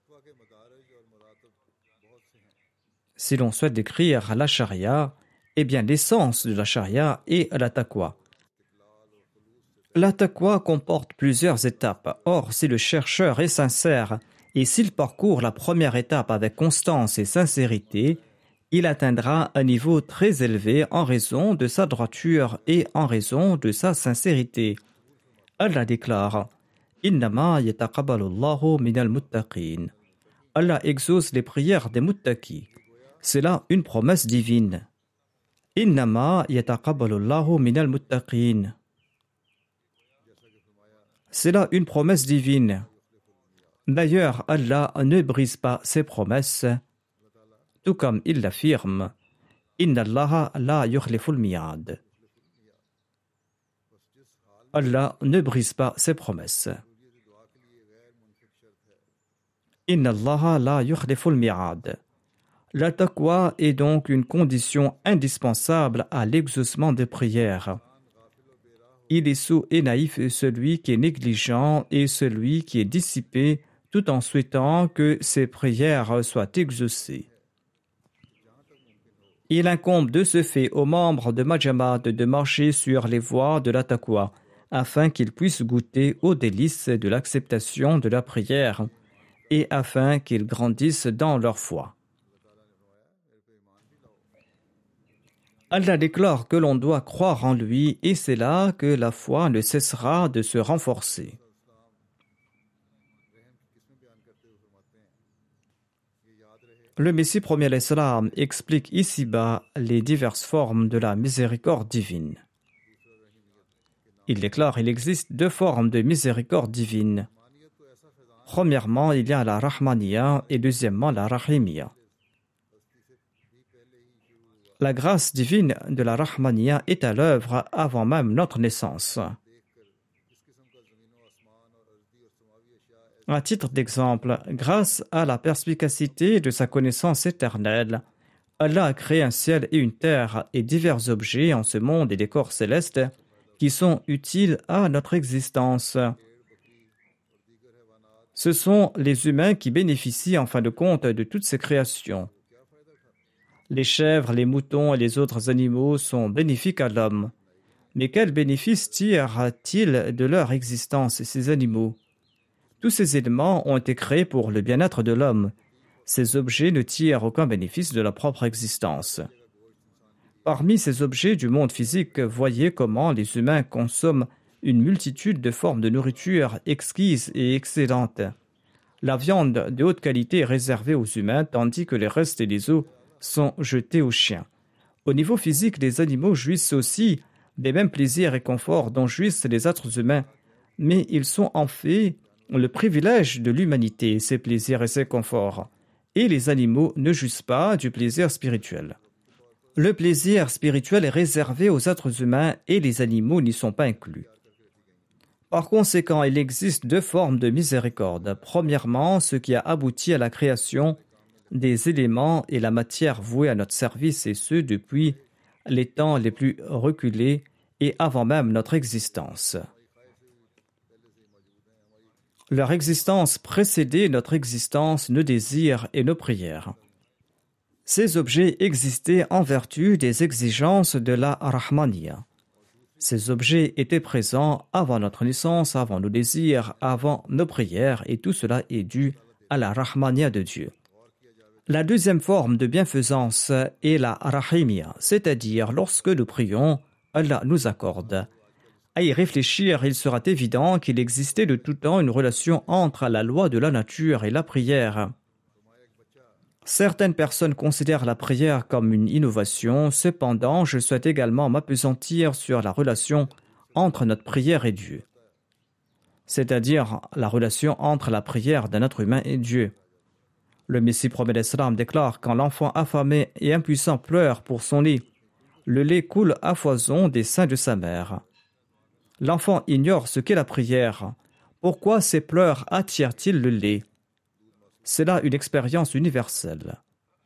Si l'on souhaite décrire la charia, eh bien l'essence de la charia est la taqwa. La taqwa comporte plusieurs étapes. Or, si le chercheur est sincère et s'il parcourt la première étape avec constance et sincérité, il atteindra un niveau très élevé en raison de sa droiture et en raison de sa sincérité. Allah déclare « Innama yataqabbalu Allahu minal muttaqin » Allah exauce les prières des muttaqis. C'est là une promesse divine. « Innama yataqabbalu Allahu minal muttaqin » C'est là une promesse divine. D'ailleurs, Allah ne brise pas ses promesses, tout comme il l'affirme « Inna Allaha la yukhliful mi'ad » Allah ne brise pas ses promesses. « Inna Allaha la yukhliful mi'ad » La taqwa est donc une condition indispensable à l'exaucement des prières. Il est sot et naïf celui qui est négligent et celui qui est dissipé tout en souhaitant que ses prières soient exaucées. Il incombe de ce fait aux membres de Majamad de marcher sur les voies de la taqwa afin qu'ils puissent goûter aux délices de l'acceptation de la prière et afin qu'ils grandissent dans leur foi. Allah déclare que l'on doit croire en lui et c'est là que la foi ne cessera de se renforcer. Le Messie premier l'Islam explique ici-bas les diverses formes de la miséricorde divine. Il déclare qu'il existe deux formes de miséricorde divine. Premièrement, il y a la Rahmaniya et deuxièmement la Rahimiya. La grâce divine de la Rahmaniya est à l'œuvre avant même notre naissance. À titre d'exemple, grâce à la perspicacité de sa connaissance éternelle, Allah a créé un ciel et une terre et divers objets en ce monde et des corps célestes qui sont utiles à notre existence. Ce sont les humains qui bénéficient en fin de compte de toutes ces créations. Les chèvres, les moutons et les autres animaux sont bénéfiques à l'homme. Mais quel bénéfice tirent-ils de leur existence, ces animaux? Tous ces éléments ont été créés pour le bien-être de l'homme. Ces objets ne tirent aucun bénéfice de leur propre existence. Parmi ces objets du monde physique, voyez comment les humains consomment une multitude de formes de nourriture exquises et excellentes. La viande de haute qualité est réservée aux humains, tandis que les restes et les os sont jetés aux chiens. Au niveau physique, les animaux jouissent aussi des mêmes plaisirs et conforts dont jouissent les êtres humains, mais ils sont en fait le privilège de l'humanité, ses plaisirs et ses conforts, et les animaux ne jouissent pas du plaisir spirituel. Le plaisir spirituel est réservé aux êtres humains et les animaux n'y sont pas inclus. Par conséquent, il existe deux formes de miséricorde. Premièrement, ce qui a abouti à la création des éléments et la matière voués à notre service, et ce depuis les temps les plus reculés et avant même notre existence. Leur existence précédait notre existence, nos désirs et nos prières. Ces objets existaient en vertu des exigences de la Rahmaniya. Ces objets étaient présents avant notre naissance, avant nos désirs, avant nos prières, et tout cela est dû à la Rahmaniya de Dieu. La deuxième forme de bienfaisance est la Rahimiya, c'est-à-dire lorsque nous prions, Allah nous accorde. À y réfléchir, il sera évident qu'il existait de tout temps une relation entre la loi de la nature et la prière. Certaines personnes considèrent la prière comme une innovation, cependant, je souhaite également m'appesantir sur la relation entre notre prière et Dieu, c'est-à-dire la relation entre la prière d'un être humain et Dieu. Le Messie prophète d'Islam déclare: quand l'enfant affamé et impuissant pleure pour son lait, le lait coule à foison des seins de sa mère. L'enfant ignore ce qu'est la prière. Pourquoi ces pleurs attirent-ils le lait? C'est là une expérience universelle.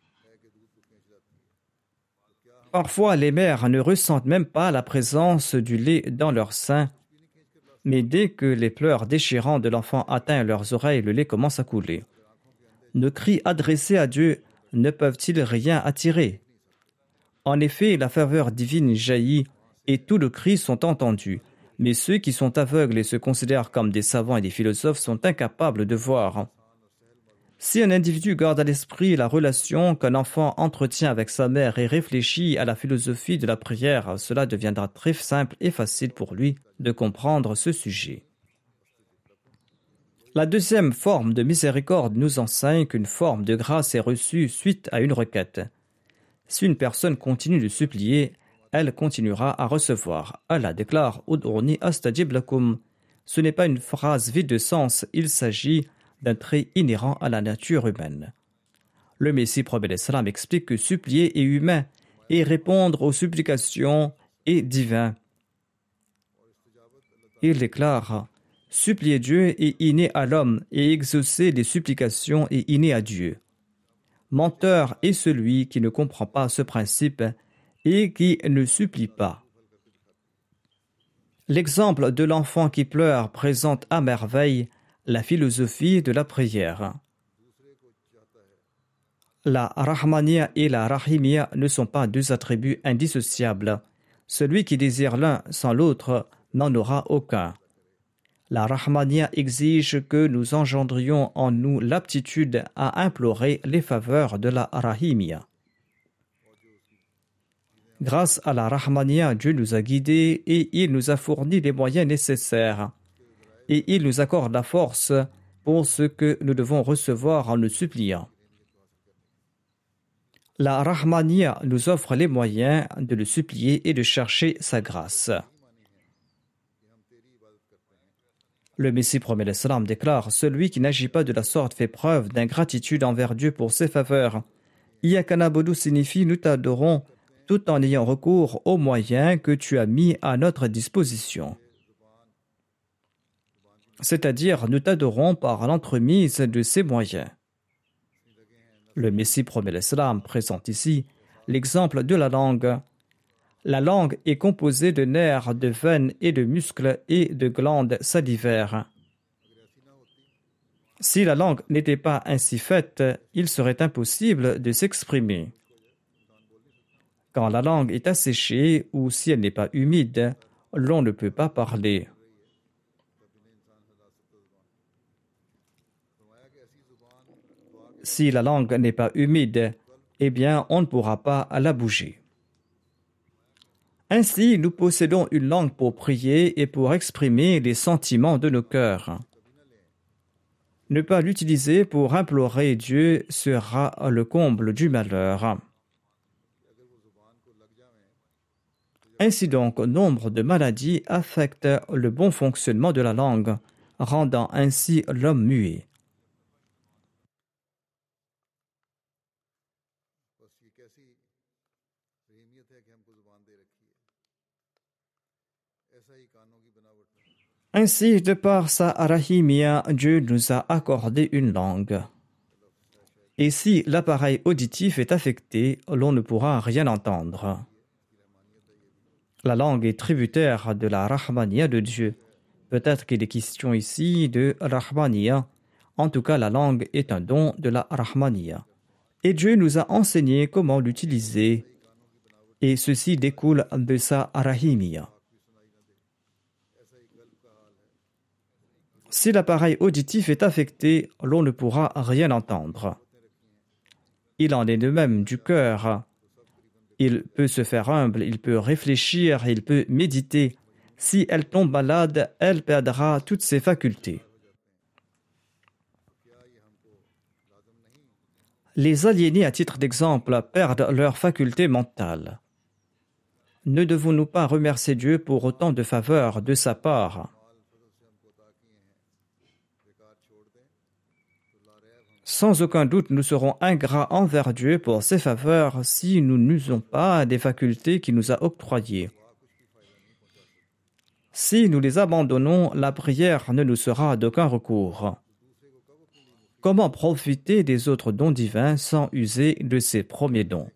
Parfois, les mères ne ressentent même pas la présence du lait dans leur sein, mais dès que les pleurs déchirants de l'enfant atteignent leurs oreilles, le lait commence à couler. Nos cris adressés à Dieu ne peuvent-ils rien attirer? En effet, la faveur divine jaillit et tous les cris sont entendus, mais ceux qui sont aveugles et se considèrent comme des savants et des philosophes sont incapables de voir. Si un individu garde à l'esprit la relation qu'un enfant entretient avec sa mère et réfléchit à la philosophie de la prière, cela deviendra très simple et facile pour lui de comprendre ce sujet. La deuxième forme de miséricorde nous enseigne qu'une forme de grâce est reçue suite à une requête. Si une personne continue de supplier, elle continuera à recevoir. Allah déclare: Ud'uni astajib lakum. Ce n'est pas une phrase vide de sens, il s'agit d'un trait inhérent à la nature humaine. Le Messie prophète d'Islam explique que supplier est humain et répondre aux supplications est divin. Il déclare: supplier Dieu est inné à l'homme et exaucer les supplications est inné à Dieu. Menteur est celui qui ne comprend pas ce principe et qui ne supplie pas. L'exemple de l'enfant qui pleure présente à merveille la philosophie de la prière. La Rahmaniya et la Rahimiya ne sont pas deux attributs indissociables. Celui qui désire l'un sans l'autre n'en aura aucun. La Rahmaniya exige que nous engendrions en nous l'aptitude à implorer les faveurs de la Rahimiya. Grâce à la Rahmaniya, Dieu nous a guidés et il nous a fourni les moyens nécessaires. Et il nous accorde la force pour ce que nous devons recevoir en nous suppliant. La Rahmaniya nous offre les moyens de le supplier et de chercher sa grâce. Le Messie prophète d'Islam déclare: celui qui n'agit pas de la sorte fait preuve d'ingratitude envers Dieu pour ses faveurs. Iyyaka na'budu signifie nous t'adorons tout en ayant recours aux moyens que tu as mis à notre disposition. C'est-à-dire nous t'adorons par l'entremise de ces moyens. Le Messie prophète d'Islam présente ici l'exemple de la langue. La langue est composée de nerfs, de veines et de muscles et de glandes salivaires. Si la langue n'était pas ainsi faite, il serait impossible de s'exprimer. Quand la langue est asséchée ou si elle n'est pas humide, l'on ne peut pas parler. Si la langue n'est pas humide, eh bien, on ne pourra pas la bouger. Ainsi, nous possédons une langue pour prier et pour exprimer les sentiments de nos cœurs. Ne pas l'utiliser pour implorer Dieu sera le comble du malheur. Ainsi donc, nombre de maladies affectent le bon fonctionnement de la langue, rendant ainsi l'homme muet. Ainsi, de par sa Rahimiya, Dieu nous a accordé une langue. Et si l'appareil auditif est affecté, l'on ne pourra rien entendre. La langue est tributaire de la Rahmaniya de Dieu. Peut-être qu'il est question ici de Rahmaniya. En tout cas, la langue est un don de la Rahmaniya. Et Dieu nous a enseigné comment l'utiliser. Et ceci découle de sa rahimiyya. Si l'appareil auditif est affecté, l'on ne pourra rien entendre. Il en est de même du cœur. Il peut se faire humble, il peut réfléchir, il peut méditer. Si elle tombe malade, elle perdra toutes ses facultés. Les aliénés, à titre d'exemple, perdent leurs facultés mentales. Ne devons-nous pas remercier Dieu pour autant de faveurs de sa part? Sans aucun doute, nous serons ingrats envers Dieu pour ses faveurs si nous n'usons pas des facultés qu'il nous a octroyées. Si nous les abandonnons, la prière ne nous sera d'aucun recours. Comment profiter des autres dons divins sans user de ces premiers dons?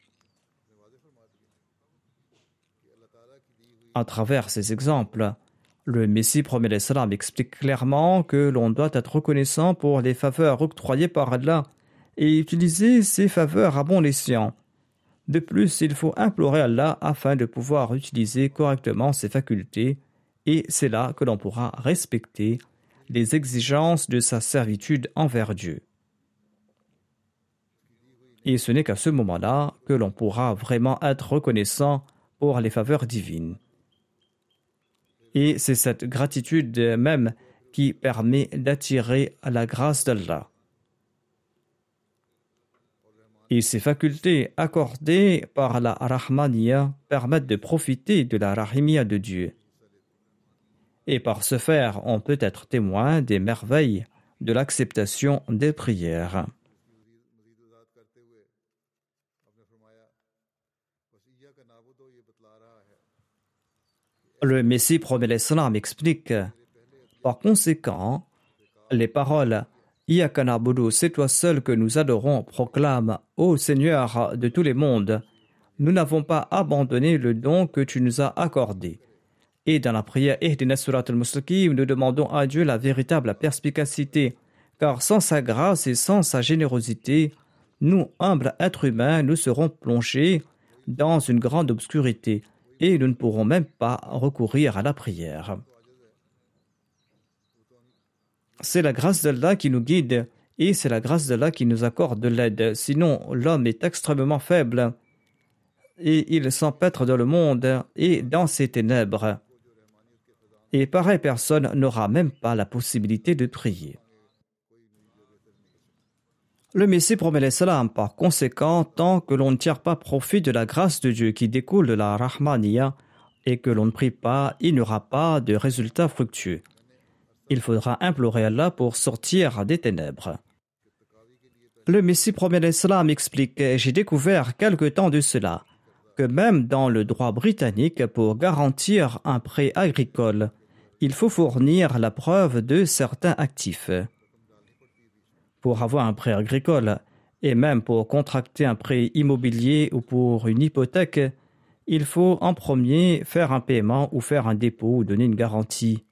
À travers ces exemples, le Messie promet l'Islam explique clairement que l'on doit être reconnaissant pour les faveurs octroyées par Allah et utiliser ces faveurs à bon escient. De plus, il faut implorer Allah afin de pouvoir utiliser correctement ses facultés et c'est là que l'on pourra respecter les exigences de sa servitude envers Dieu. Et ce n'est qu'à ce moment-là que l'on pourra vraiment être reconnaissant pour les faveurs divines. Et c'est cette gratitude même qui permet d'attirer à la grâce d'Allah. Et ces facultés accordées par la Rahmaniyya permettent de profiter de la Rahimiyya de Dieu. Et par ce faire, on peut être témoin des merveilles de l'acceptation des prières. Le Messie promet l'Islam explique, par conséquent, les paroles « Iyyaka na'budu, c'est toi seul que nous adorons » proclament « Ô Seigneur de tous les mondes, nous n'avons pas abandonné le don que tu nous as accordé. » Et dans la prière Ihdina Surat al-Mustaqim, nous demandons à Dieu la véritable perspicacité, car sans sa grâce et sans sa générosité, nous, humbles êtres humains, nous serons plongés dans une grande obscurité et nous ne pourrons même pas recourir à la prière. C'est la grâce d'Allah qui nous guide et c'est la grâce d'Allah qui nous accorde de l'aide. Sinon, l'homme est extrêmement faible et il s'empêtre dans le monde et dans ses ténèbres. Et pareille personne n'aura même pas la possibilité de prier. Le Messie promet l'Islam, par conséquent, tant que l'on ne tire pas profit de la grâce de Dieu qui découle de la Rahmaniyya et que l'on ne prie pas, il n'y aura pas de résultat fructueux. Il faudra implorer Allah pour sortir des ténèbres. Le Messie promet l'Islam explique « J'ai découvert quelque temps de cela que même dans le droit britannique, pour garantir un prêt agricole, il faut fournir la preuve de certains actifs. Pour avoir un prêt agricole et même pour contracter un prêt immobilier ou pour une hypothèque, il faut en premier faire un paiement ou faire un dépôt ou donner une garantie.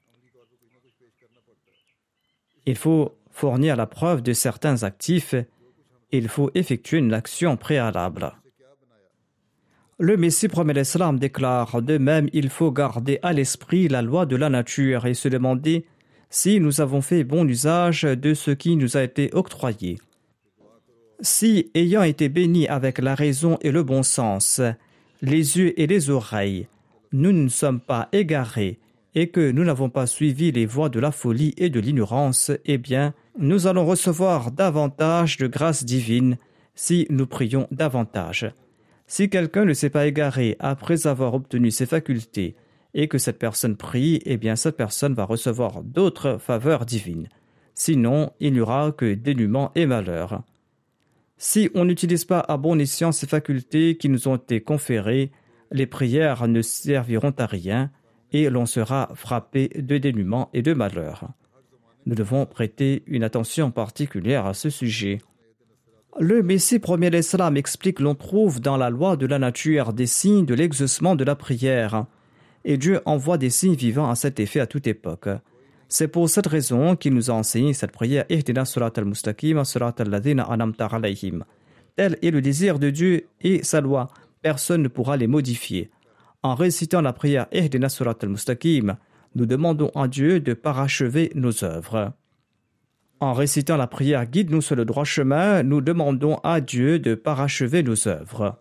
Il faut fournir la preuve de certains actifs et il faut effectuer une action préalable. Le Messie promet l'Islam déclare, de même, il faut garder à l'esprit la loi de la nature et se demander si nous avons fait bon usage de ce qui nous a été octroyé. Si, ayant été bénis avec la raison et le bon sens, les yeux et les oreilles, nous ne sommes pas égarés et que nous n'avons pas suivi les voies de la folie et de l'ignorance, eh bien, nous allons recevoir davantage de grâce divine si nous prions davantage. Si quelqu'un ne s'est pas égaré après avoir obtenu ses facultés et que cette personne prie, eh bien cette personne va recevoir d'autres faveurs divines. Sinon, il n'y aura que dénuement et malheur. Si on n'utilise pas à bon escient ces facultés qui nous ont été conférées, les prières ne serviront à rien et l'on sera frappé de dénuement et de malheur. Nous devons prêter une attention particulière à ce sujet. Le Messie premier l'Islam explique l'on trouve dans la loi de la nature des signes de l'exaucement de la prière et Dieu envoie des signes vivants à cet effet à toute époque. C'est pour cette raison qu'il nous a enseigné cette prière Ihdina Surat al-Mustaqim Surat al-Ladhina Anamta alayhim. Tel est le désir de Dieu et sa loi. Personne ne pourra les modifier. En récitant la prière Ihdina Surat al-Mustaqim, nous demandons à Dieu de parachever nos œuvres. En récitant la prière Guide-nous sur le droit chemin, nous demandons à Dieu de parachever nos œuvres.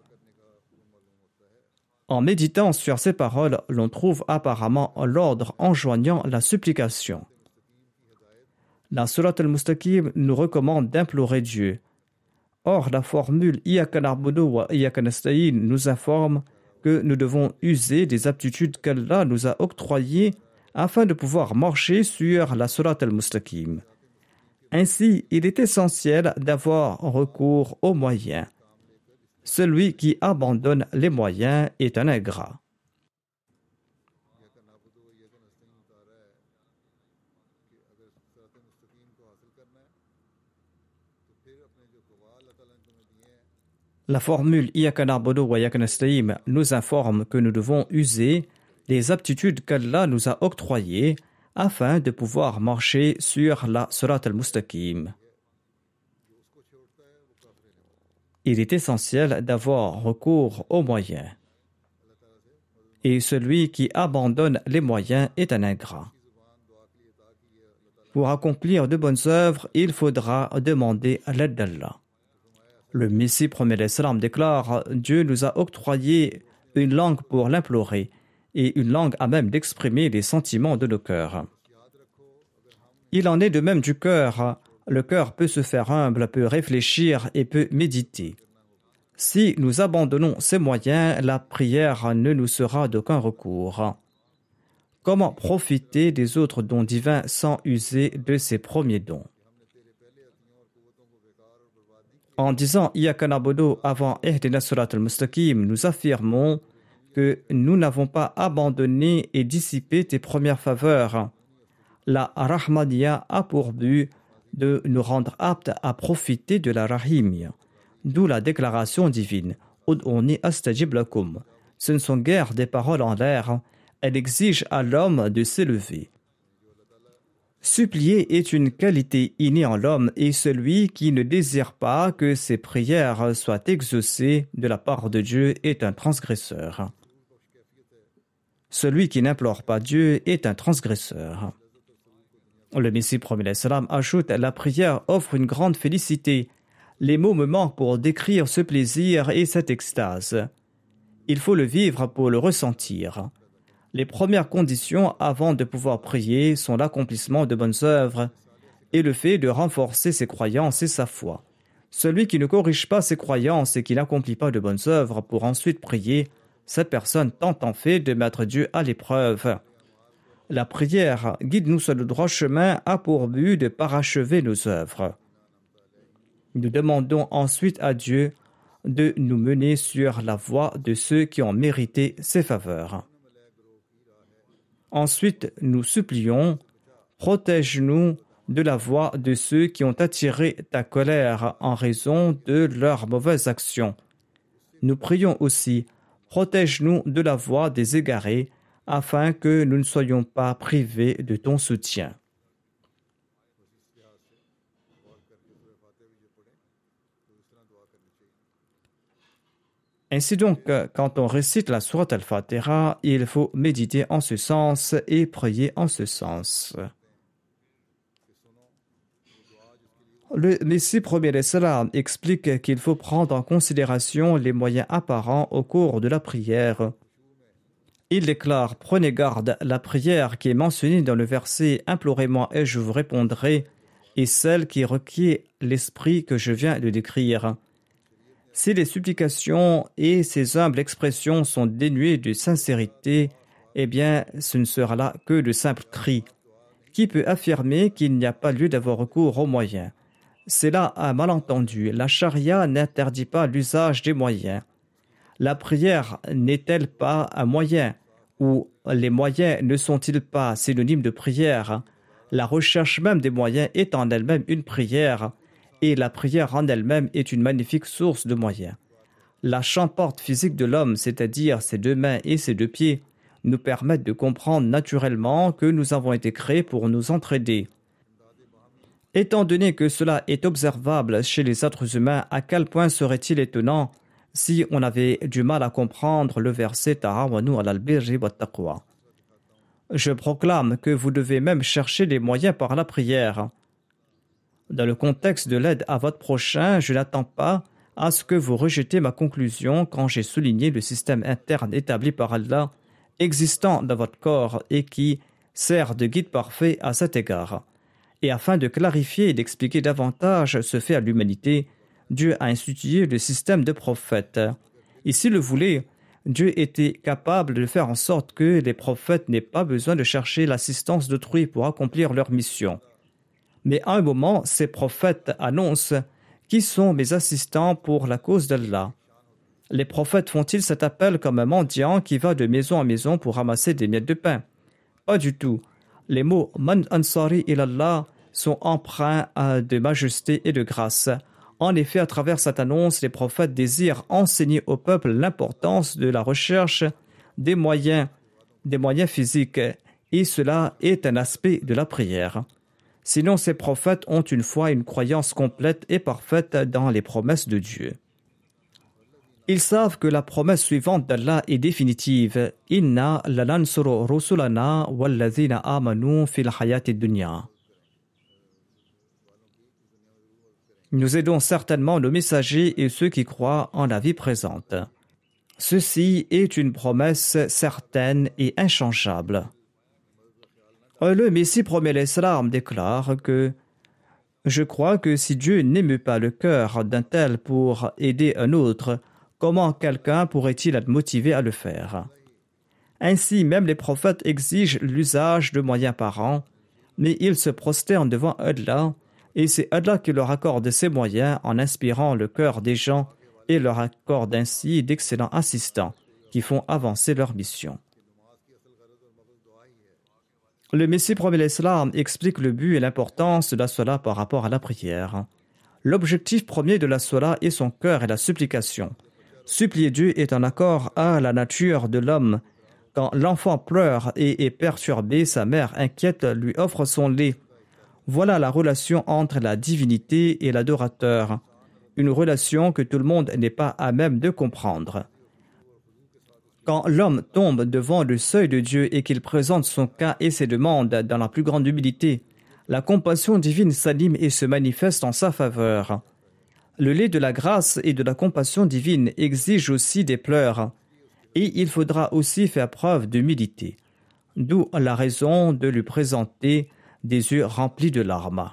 En méditant sur ces paroles, l'on trouve apparemment l'ordre enjoignant la supplication. La Surat al-Mustaqim nous recommande d'implorer Dieu. Or, la formule Iyyaka na'budu wa iyyaka nasta'in nous informe que nous devons user des aptitudes qu'Allah nous a octroyées afin de pouvoir marcher sur la Surat al-Mustaqim. Ainsi, il est essentiel d'avoir recours aux moyens. Celui qui abandonne les moyens est un ingrat. La formule Iyyaka na'budu wa iyyaka nasta'in nous informe que nous devons user des aptitudes qu'Allah nous a octroyées afin de pouvoir marcher sur la Surat al-Mustaqim. Il est essentiel d'avoir recours aux moyens. Et celui qui abandonne les moyens est un ingrat. Pour accomplir de bonnes œuvres, il faudra demander l'aide d'Allah. Le Messie promet l'Islam déclare « Dieu nous a octroyé une langue pour l'implorer et une langue à même d'exprimer les sentiments de nos cœurs. » Il en est de même du cœur. Le cœur peut se faire humble, peut réfléchir et peut méditer. Si nous abandonnons ces moyens, la prière ne nous sera d'aucun recours. Comment profiter des autres dons divins sans user de ces premiers dons? En disant Iyyaka na'budu avant Ihdina Surat al-Mustaqim, nous affirmons que nous n'avons pas abandonné et dissipé tes premières faveurs. La Rahmaniya a pour but de nous rendre aptes à profiter de la Rahimiyya. D'où la déclaration divine Ud'uni astajib lakum. Ce ne sont guère des paroles en l'air, elle exige à l'homme de s'élever. Supplier est une qualité innée en l'homme et celui qui ne désire pas que ses prières soient exaucées de la part de Dieu est un transgresseur. Celui qui n'implore pas Dieu est un transgresseur. Le Messie promet l'Islam ajoute « La prière offre une grande félicité. Les mots me manquent pour décrire ce plaisir et cette extase. Il faut le vivre pour le ressentir. » Les premières conditions avant de pouvoir prier sont l'accomplissement de bonnes œuvres et le fait de renforcer ses croyances et sa foi. Celui qui ne corrige pas ses croyances et qui n'accomplit pas de bonnes œuvres pour ensuite prier, cette personne tente en fait de mettre Dieu à l'épreuve. La prière « Guide-nous sur le droit chemin » a pour but de parachever nos œuvres. Nous demandons ensuite à Dieu de nous mener sur la voie de ceux qui ont mérité ses faveurs. Ensuite, nous supplions « Protège-nous de la voie de ceux qui ont attiré ta colère en raison de leurs mauvaises actions. » Nous prions aussi « Protège-nous de la voie des égarés afin que nous ne soyons pas privés de ton soutien. » Ainsi donc, quand on récite la sourate Al-Fatiha, il faut méditer en ce sens et prier en ce sens. Le Messie promet l'Islam explique qu'il faut prendre en considération les moyens apparents au cours de la prière. Il déclare « Prenez garde, la prière qui est mentionnée dans le verset « Implorez-moi et je vous répondrai » est celle qui requiert l'esprit que je viens de décrire. Si les supplications et ces humbles expressions sont dénuées de sincérité, eh bien, ce ne sera là que de simples cris. Qui peut affirmer qu'il n'y a pas lieu d'avoir recours aux moyens? C'est là un malentendu. La charia n'interdit pas l'usage des moyens. La prière n'est-elle pas un moyen? Ou les moyens ne sont-ils pas synonymes de prière? La recherche même des moyens est en elle-même une prière. Et la prière en elle-même est une magnifique source de moyens. La champorte physique de l'homme, c'est-à-dire ses deux mains et ses deux pieds, nous permettent de comprendre naturellement que nous avons été créés pour nous entraider. Étant donné que cela est observable chez les êtres humains, à quel point serait-il étonnant si on avait du mal à comprendre le verset Ta'awanu alal birri wat taqwa. Je proclame que vous devez même chercher les moyens par la prière. Dans le contexte de l'aide à votre prochain, je n'attends pas à ce que vous rejetez ma conclusion quand j'ai souligné le système interne établi par Allah, existant dans votre corps et qui sert de guide parfait à cet égard. Et afin de clarifier et d'expliquer davantage ce fait à l'humanité, Dieu a institué le système de prophètes. Et s'il le voulait, Dieu était capable de faire en sorte que les prophètes n'aient pas besoin de chercher l'assistance d'autrui pour accomplir leur mission. Mais à un moment, ces prophètes annoncent « Qui sont mes assistants pour la cause d'Allah ?» Les prophètes font-ils cet appel comme un mendiant qui va de maison en maison pour ramasser des miettes de pain? Pas du tout. Les mots « Man ansari ilallah » sont empreints de majesté et de grâce. En effet, à travers cette annonce, les prophètes désirent enseigner au peuple l'importance de la recherche des moyens physiques, et cela est un aspect de la prière. Sinon, ces prophètes ont une foi et une croyance complète et parfaite dans les promesses de Dieu. Ils savent que la promesse suivante d'Allah est définitive. « Inna lanansuru rusulana wallazina amanu fil hayati dunya » Nous aidons certainement nos messagers et ceux qui croient en la vie présente. Ceci est une promesse certaine et inchangeable. Le Messie promet l'Islam déclare que « Je crois que si Dieu n'émeut pas le cœur d'un tel pour aider un autre, comment quelqu'un pourrait-il être motivé à le faire ?» Ainsi, même les prophètes exigent l'usage de moyens parents, mais ils se prosternent devant Allah, et c'est Allah qui leur accorde ces moyens en inspirant le cœur des gens et leur accorde ainsi d'excellents assistants qui font avancer leur mission. Le Messie promet l'Islam explique le but et l'importance de la Salat par rapport à la prière. L'objectif premier de la Salat est son cœur et la supplication. Supplier Dieu est en accord à la nature de l'homme. Quand l'enfant pleure et est perturbé, sa mère inquiète lui offre son lait. Voilà la relation entre la divinité et l'adorateur, une relation que tout le monde n'est pas à même de comprendre. Quand l'homme tombe devant le seuil de Dieu et qu'il présente son cas et ses demandes dans la plus grande humilité, la compassion divine s'anime et se manifeste en sa faveur. Le lait de la grâce et de la compassion divine exige aussi des pleurs, et il faudra aussi faire preuve d'humilité, d'où la raison de lui présenter des yeux remplis de larmes.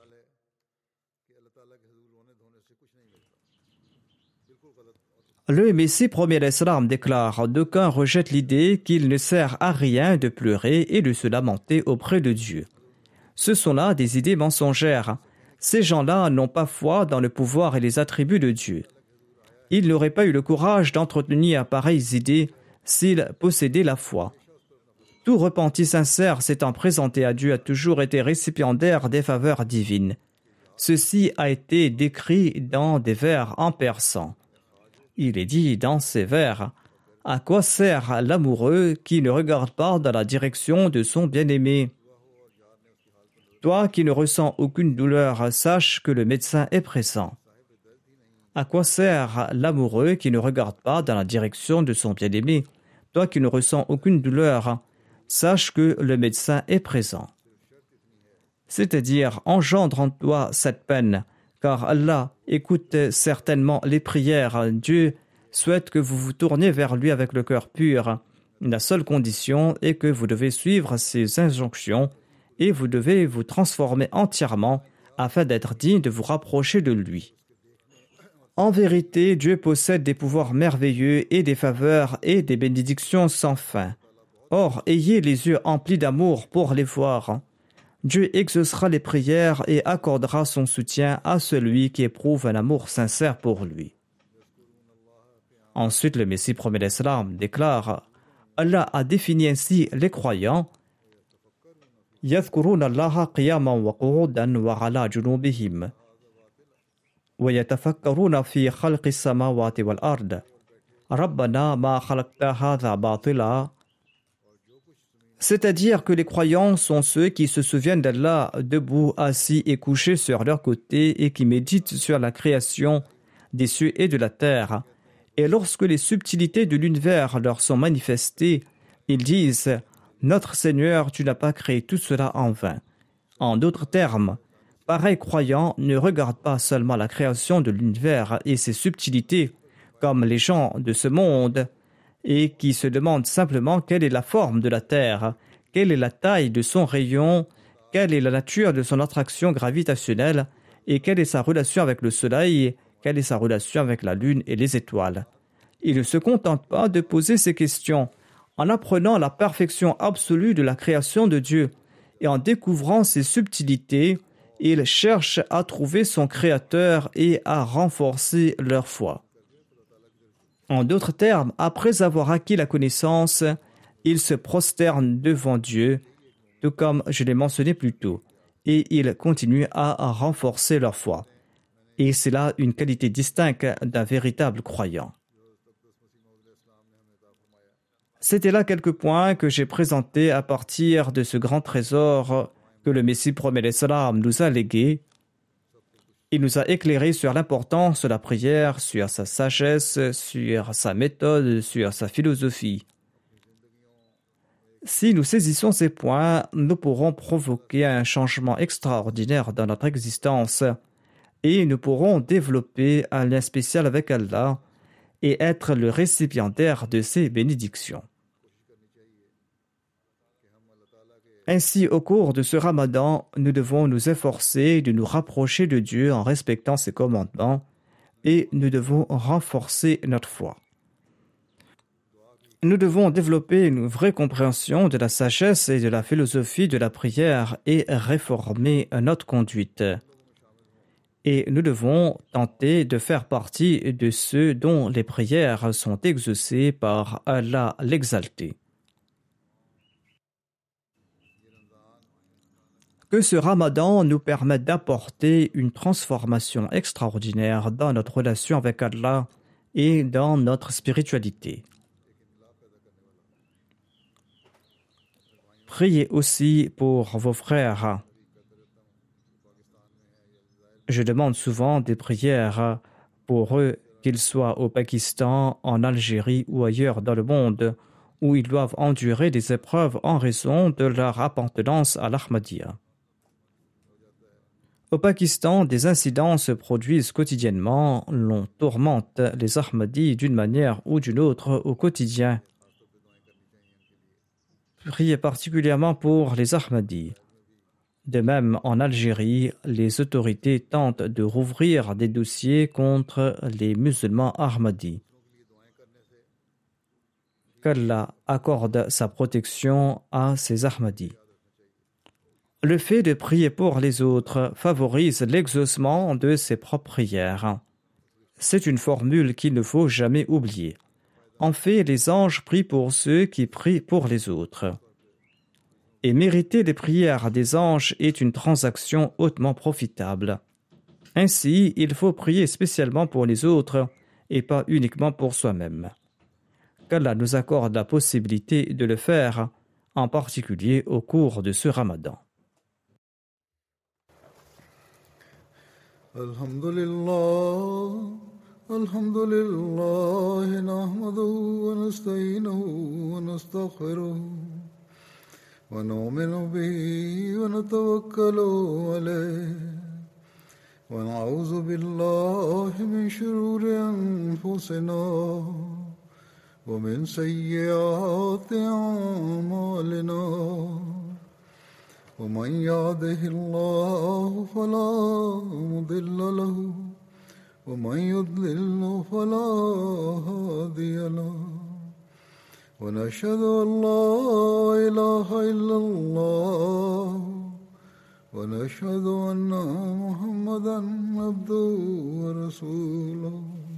Le Messie premier l'Islam déclare « D'aucuns rejettent l'idée qu'il ne sert à rien de pleurer et de se lamenter auprès de Dieu. Ce sont là des idées mensongères. Ces gens-là n'ont pas foi dans le pouvoir et les attributs de Dieu. Ils n'auraient pas eu le courage d'entretenir pareilles idées s'ils possédaient la foi. Tout repenti sincère s'étant présenté à Dieu a toujours été récipiendaire des faveurs divines. Ceci a été décrit dans des vers en persan. Il est dit dans ces vers « À quoi sert l'amoureux qui ne regarde pas dans la direction de son bien-aimé ? Toi qui ne ressens aucune douleur, sache que le médecin est présent. À quoi sert l'amoureux qui ne regarde pas dans la direction de son bien-aimé ? Toi qui ne ressens aucune douleur, sache que le médecin est présent. » C'est-à-dire, engendre en toi cette peine, car Allah écoute certainement les prières. Dieu souhaite que vous vous tourniez vers lui avec le cœur pur. La seule condition est que vous devez suivre ses injonctions et vous devez vous transformer entièrement afin d'être digne de vous rapprocher de lui. En vérité, Dieu possède des pouvoirs merveilleux et des faveurs et des bénédictions sans fin. Or, ayez les yeux emplis d'amour pour les voir. Dieu exaucera les prières et accordera son soutien à celui qui éprouve un amour sincère pour lui. Ensuite, le Messie promet l'Islam déclare « Allah a défini ainsi les croyants « يذكرون الله قياما وقعودا وعلى جنوبهم ويتفكرون في خلق السماوات والأرض ربنا ما خلقت هذا باطلا C'est-à-dire que les croyants sont ceux qui se souviennent d'Allah debout, assis et couchés sur leur côté et qui méditent sur la création des cieux et de la terre. Et lorsque les subtilités de l'univers leur sont manifestées, ils disent « Notre Seigneur, tu n'as pas créé tout cela en vain ». En d'autres termes, pareils croyants ne regardent pas seulement la création de l'univers et ses subtilités comme les gens de ce monde et qui se demandent simplement quelle est la forme de la Terre, quelle est la taille de son rayon, quelle est la nature de son attraction gravitationnelle et quelle est sa relation avec le Soleil, quelle est sa relation avec la Lune et les étoiles. Ils ne se contentent pas de poser ces questions. En apprenant la perfection absolue de la création de Dieu et en découvrant ses subtilités, ils cherchent à trouver son Créateur et à renforcer leur foi. En d'autres termes, après avoir acquis la connaissance, ils se prosternent devant Dieu, tout comme je l'ai mentionné plus tôt, et ils continuent à renforcer leur foi. Et c'est là une qualité distincte d'un véritable croyant. C'était là quelques points que j'ai présentés à partir de ce grand trésor que le Messie promet l'Islam nous a légué. Il nous a éclairé sur l'importance de la prière, sur sa sagesse, sur sa méthode, sur sa philosophie. Si nous saisissons ces points, nous pourrons provoquer un changement extraordinaire dans notre existence et nous pourrons développer un lien spécial avec Allah et être le récipiendaire de ses bénédictions. Ainsi, au cours de ce Ramadan, nous devons nous efforcer de nous rapprocher de Dieu en respectant ses commandements et nous devons renforcer notre foi. Nous devons développer une vraie compréhension de la sagesse et de la philosophie de la prière et réformer notre conduite. Et nous devons tenter de faire partie de ceux dont les prières sont exaucées par Allah l'Exalté. Que ce Ramadan nous permette d'apporter une transformation extraordinaire dans notre relation avec Allah et dans notre spiritualité. Priez aussi pour vos frères. Je demande souvent des prières pour eux, qu'ils soient au Pakistan, en Algérie ou ailleurs dans le monde, où ils doivent endurer des épreuves en raison de leur appartenance à l'Ahmadiyya. Au Pakistan, des incidents se produisent quotidiennement, l'on tourmente les Ahmadis d'une manière ou d'une autre au quotidien. Priez particulièrement pour les Ahmadis. De même, en Algérie, les autorités tentent de rouvrir des dossiers contre les musulmans Ahmadis. Qu'Allah accorde sa protection à ces Ahmadis. Le fait de prier pour les autres favorise l'exaucement de ses propres prières. C'est une formule qu'il ne faut jamais oublier. En fait, les anges prient pour ceux qui prient pour les autres. Et mériter les prières des anges est une transaction hautement profitable. Ainsi, il faut prier spécialement pour les autres et pas uniquement pour soi-même. Qu'Allah nous accorde la possibilité de le faire, en particulier au cours de ce Ramadan. Alhamdulillah, nahmaduhu wa nasta'inuhu wa nastaghfiruh. ونؤمن به ونتوكل عليه ونعوذ بالله من شرور أنفسنا ومن سيئات أعمالنا ومن يهده الله فلا مضل له ومن يضلل فلا هادي له ونشهد أن لا إله إلا الله ونشهد أن محمدا عبده ورسوله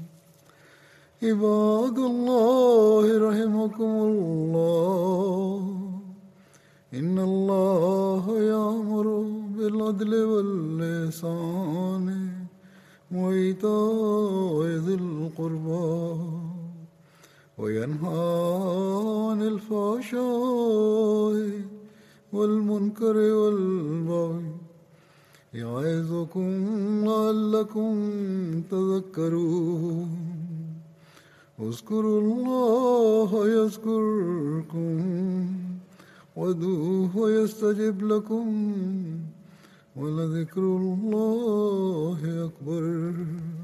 عباد الله رحمكم الله إن الله يأمر بالعدل والإحسان وإيتاء ذي القربى وينهى عن الفحشاء والمنكر والبغي يعظكم لعلكم تذكرون اذكروا الله يذكركم وادعوه يستجب لكم ولذكر الله أكبر